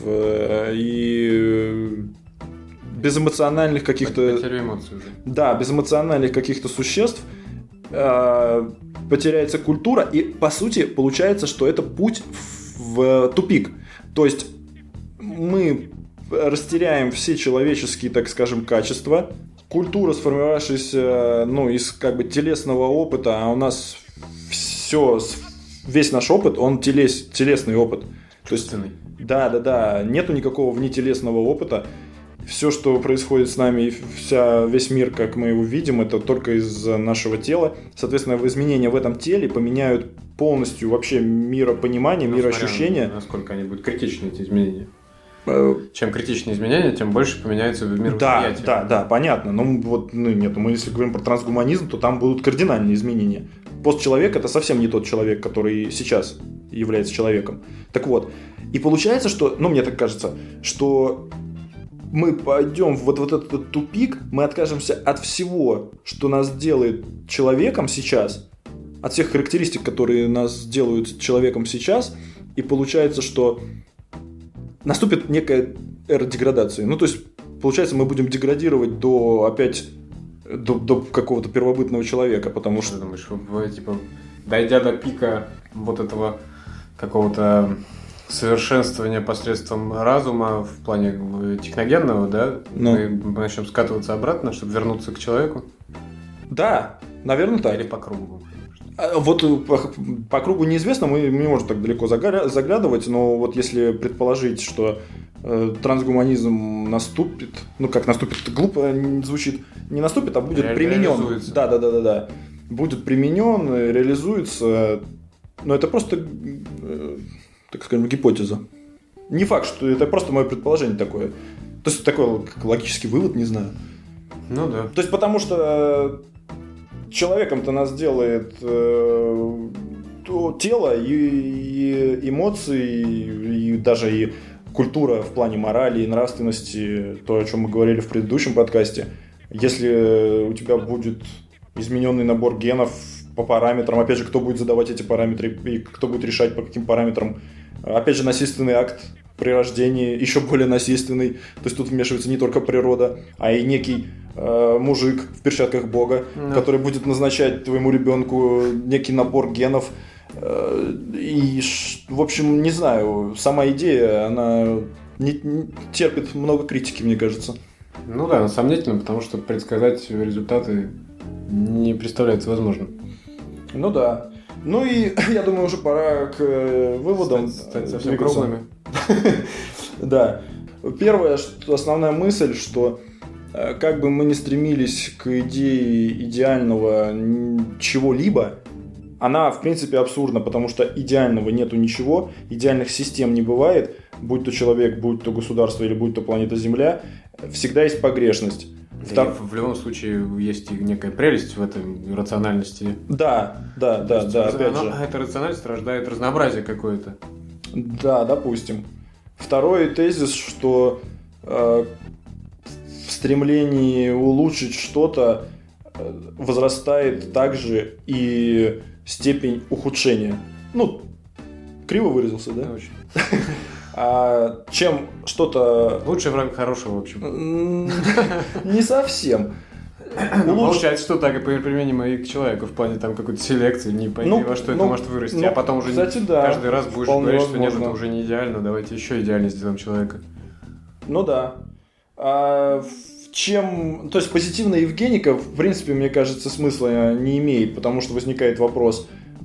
и безэмоциональных каких-то... Потеря эмоций уже. Да, безэмоциональных каких-то существ. Потеряется культура, и, по сути, получается, что это путь в тупик. То есть мы растеряем все человеческие, так скажем, качества. Культура, сформировавшаяся, ну, из как бы телесного опыта, а у нас все, весь наш опыт, он телес, телесный опыт. То есть, да, да, да, нету никакого внетелесного опыта. Все, что происходит с нами, вся, весь мир, как мы его видим, это только из нашего тела. Соответственно, изменения в этом теле поменяют полностью вообще миропонимание, ну, мироощущение. Насколько они будут критичны, эти изменения. Чем критичнее изменения, тем больше поменяется мировосприятие. Да, да, да, понятно. Но вот, ну, нет, мы если говорим про трансгуманизм, то там будут кардинальные изменения. Постчеловек — это совсем не тот человек, который сейчас является человеком. Так вот, и получается, что, ну, мне так кажется, что мы пойдем в вот, вот этот тупик, мы откажемся от всего, что нас делает человеком сейчас, от всех характеристик, которые нас делают человеком сейчас, и получается, что наступит некая эра деградации. Ну, то есть, получается, мы будем деградировать до, опять, до, до какого-то первобытного человека, потому что... Ты думаешь, вы, типа, дойдя до пика вот этого какого-то совершенствования посредством разума в плане техногенного, да, ну, мы начнем скатываться обратно, чтобы вернуться к человеку? Да, наверное, так. Или по кругу? Вот по, по кругу неизвестно, мы не можем так далеко заглядывать, но вот если предположить, что э, трансгуманизм наступит, ну как наступит, глупо звучит, не наступит, а будет Ре- применен. Да, да, да, да, да. Будет применен, реализуется, но это просто, э, так скажем, гипотеза. Не факт, что это просто мое предположение такое. То есть такой как логический вывод, не знаю. Ну да. То есть потому что человеком-то нас делает э, тело и, и эмоции, и, и даже и культура в плане морали и нравственности, то, о чем мы говорили в предыдущем подкасте. Если у тебя будет измененный набор генов по параметрам, опять же, кто будет задавать эти параметры и кто будет решать, по каким параметрам, опять же, насильственный акт при рождении, еще более насильственный, то есть тут вмешивается не только природа, а и некий э, мужик в перчатках Бога, mm. который будет назначать твоему ребенку некий набор генов. Э, и, в общем, не знаю, сама идея, она не, не, терпит много критики, мне кажется. Ну да, сомнительно, потому что предсказать результаты не представляется возможным. Ну да. Ну и я думаю, уже пора к выводам. Стать совсем круглыми. Да. Первая, основная мысль, что как бы мы ни стремились к идее идеального чего-либо, она, в принципе, абсурдна, потому что идеального нету ничего, идеальных систем не бывает, будь то человек, будь то государство или будь то планета Земля, всегда есть погрешность. Втор... В любом случае есть и некая прелесть в этой рациональности. Да, да, да, да, опять она, же. Эта рациональность рождает разнообразие какое-то. Да, допустим. Второй тезис, что э, в стремлении улучшить что-то э, возрастает также и степень ухудшения. Ну, криво выразился, да? Очень. А чем что-то... Лучший враг хорошего, в общем. Не совсем. Получается, что так и применимо и к человеку в плане там какой-то селекции, не пойми, ну, во что ну, это может вырасти, ну, а потом уже кстати, да, каждый раз будешь говорить, возможно. что нет, это уже не идеально, давайте еще идеально сделаем человека. Ну да. А чем... То есть позитивная евгеника, в принципе, мне кажется, смысла не имеет, потому что возникает вопрос,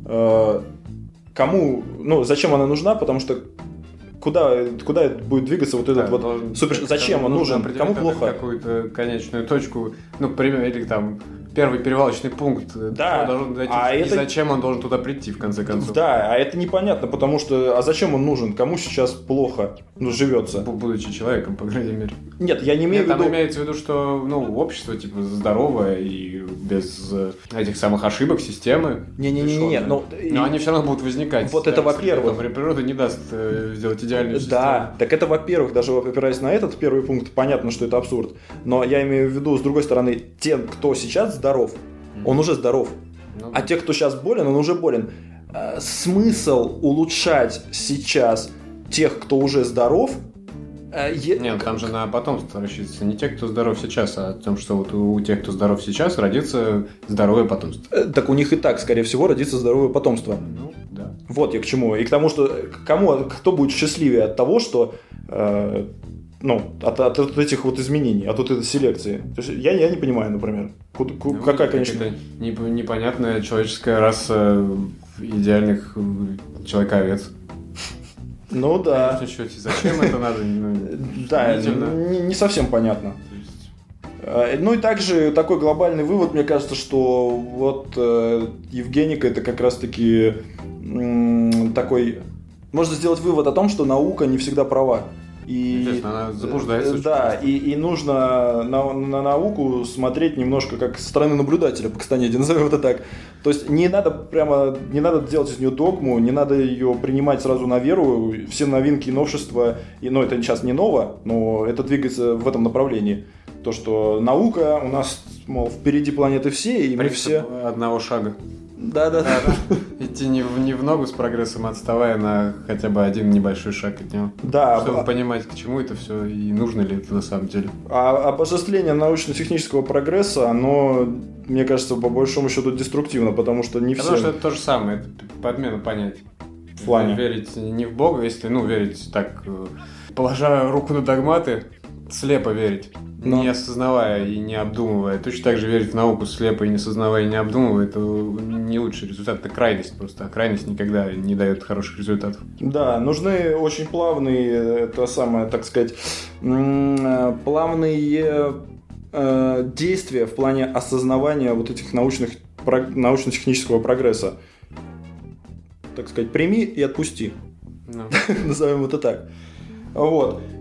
кому... Ну, зачем она нужна, потому что Куда, куда будет двигаться вот этот да, вот должен, супер... Зачем он нужен? Кому плохо? Какую-то конечную точку, ну, пример, или там первый перевалочный пункт. Да. Должен дойти, а и это... зачем он должен туда прийти, в конце концов? Да, а это непонятно, потому что... А зачем он нужен? Кому сейчас плохо ну, живется? Будучи человеком, по крайней мере. Нет, я не имею Нет, в виду... там имеется в виду, что ну, общество типа здоровое и без этих самых ошибок системы. Не-не-не, но... но они все равно будут возникать. Вот это во-первых. Природа не даст э, сделать идеальную систему. Да, так это во-первых, даже опираясь на этот первый пункт, понятно, что это абсурд. Но я имею в виду, с другой стороны, те, кто сейчас здоров, mm-hmm. он уже здоров. Ну, а те, кто сейчас болен, он уже болен. А, смысл улучшать сейчас тех, кто уже здоров... Е... Нет, там же на потомство рассчитывается. Не те, кто здоров сейчас, а о том, что вот у тех, кто здоров сейчас, родится здоровое потомство. Так у них и так, скорее всего, родится здоровое потомство. Ну, да. Вот я к чему. И к тому, что кому, кто будет счастливее от того, что э, ну, от, от, от этих вот изменений, от вот этой селекции. То есть я, я не понимаю, например, куда, ну, какая, конечно... Это непонятная человеческая раса идеальных человековец. Ну да. Конечно, зачем это надо? Да, не, не совсем понятно. Ну и также такой глобальный вывод, мне кажется, что вот э, евгеника это как раз-таки м, такой... Можно сделать вывод о том, что наука не всегда права. И, она заблуждается. Да, и, и нужно на, на науку смотреть немножко как со стороны наблюдателя по Кастанеде, назовем это так. То есть не надо прямо, не надо делать из нее догму, не надо ее принимать сразу на веру. Все новинки и новшества, и, ну это сейчас не ново, но это двигается в этом направлении. То, что наука у нас, мол, впереди планеты все, и мы все... одного шага. Да-да-да. Идти не в, не в ногу с прогрессом, отставая на хотя бы один небольшой шаг от него. Да. Чтобы а... понимать, к чему это все и нужно ли это на самом деле. А обожествление научно-технического прогресса, оно, мне кажется, по большому счету деструктивно, потому что не все... Потому что это то же самое, это подмена понятий. В плане? Верить не в Бога, если, ну, верить так, положа руку на догматы, слепо верить. Но. Не осознавая и не обдумывая. Точно так же верить в науку слепо и не осознавая и не обдумывая, это не лучший результат, это крайность просто. А крайность никогда не дает хороших результатов. Да, нужны очень плавные, это самое, так сказать, плавные э, действия в плане осознавания вот этих научных, научно-технического прогресса. Так сказать, прими и отпусти. No. Назовем это так. Вот.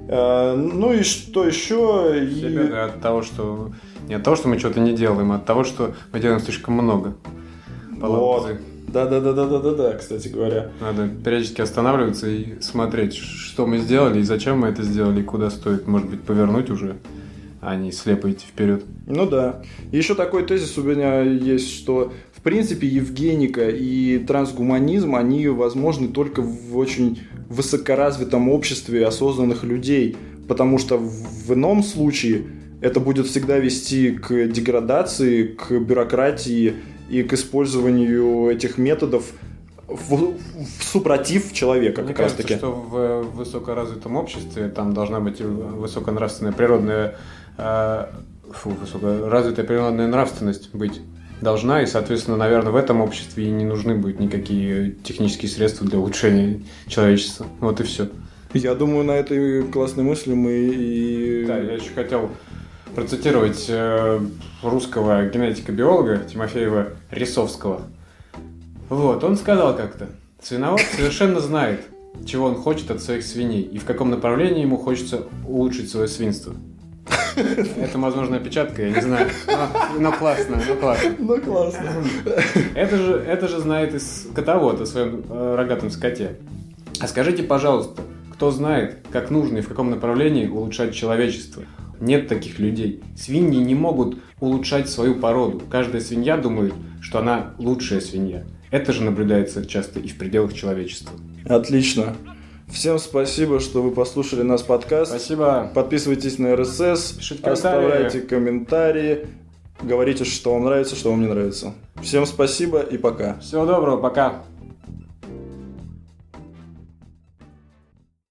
Ну и что еще? Все беды от того, что... Не от того, что мы что-то не делаем, а от того, что мы делаем слишком много. Вот. Да-да-да-да-да-да, кстати говоря. Надо периодически останавливаться и смотреть, что мы сделали, и зачем мы это сделали, и куда стоит, может быть, повернуть уже, а не слепо идти вперед. Ну да. Еще такой тезис у меня есть, что в принципе евгеника и трансгуманизм, они возможны только в очень высокоразвитом обществе осознанных людей, потому что в ином случае это будет всегда вести к деградации, к бюрократии и к использованию этих методов в, в супротив человека. Мне как кажется, раз таки. что в высокоразвитом обществе там должна быть высоконравственная природная, э, фу, высокоразвитая природная нравственность быть должна, и, соответственно, наверное, в этом обществе и не нужны будут никакие технические средства для улучшения человечества. Вот и все. Я думаю, на этой классной мысли мы и... Да, я еще хотел процитировать э, русского генетика-биолога Тимофеева Рисовского. Вот, он сказал как-то: свиновод совершенно знает, чего он хочет от своих свиней и в каком направлении ему хочется улучшить свое свинство. Это, возможно, опечатка, я не знаю. Но, но классно, но классно. Ну классно. Это же, это же знает и скотовод о своем э, рогатом скоте. А скажите, пожалуйста, кто знает, как нужно и в каком направлении улучшать человечество? Нет таких людей. Свиньи не могут улучшать свою породу. Каждая свинья думает, что она лучшая свинья. Это же наблюдается часто и в пределах человечества. Отлично. Всем спасибо, что вы послушали наш подкаст. Спасибо. Подписывайтесь на эр эс эс, Пишите оставляйте комментарии, говорите, что вам нравится, что вам не нравится. Всем спасибо и пока. Всего доброго, пока.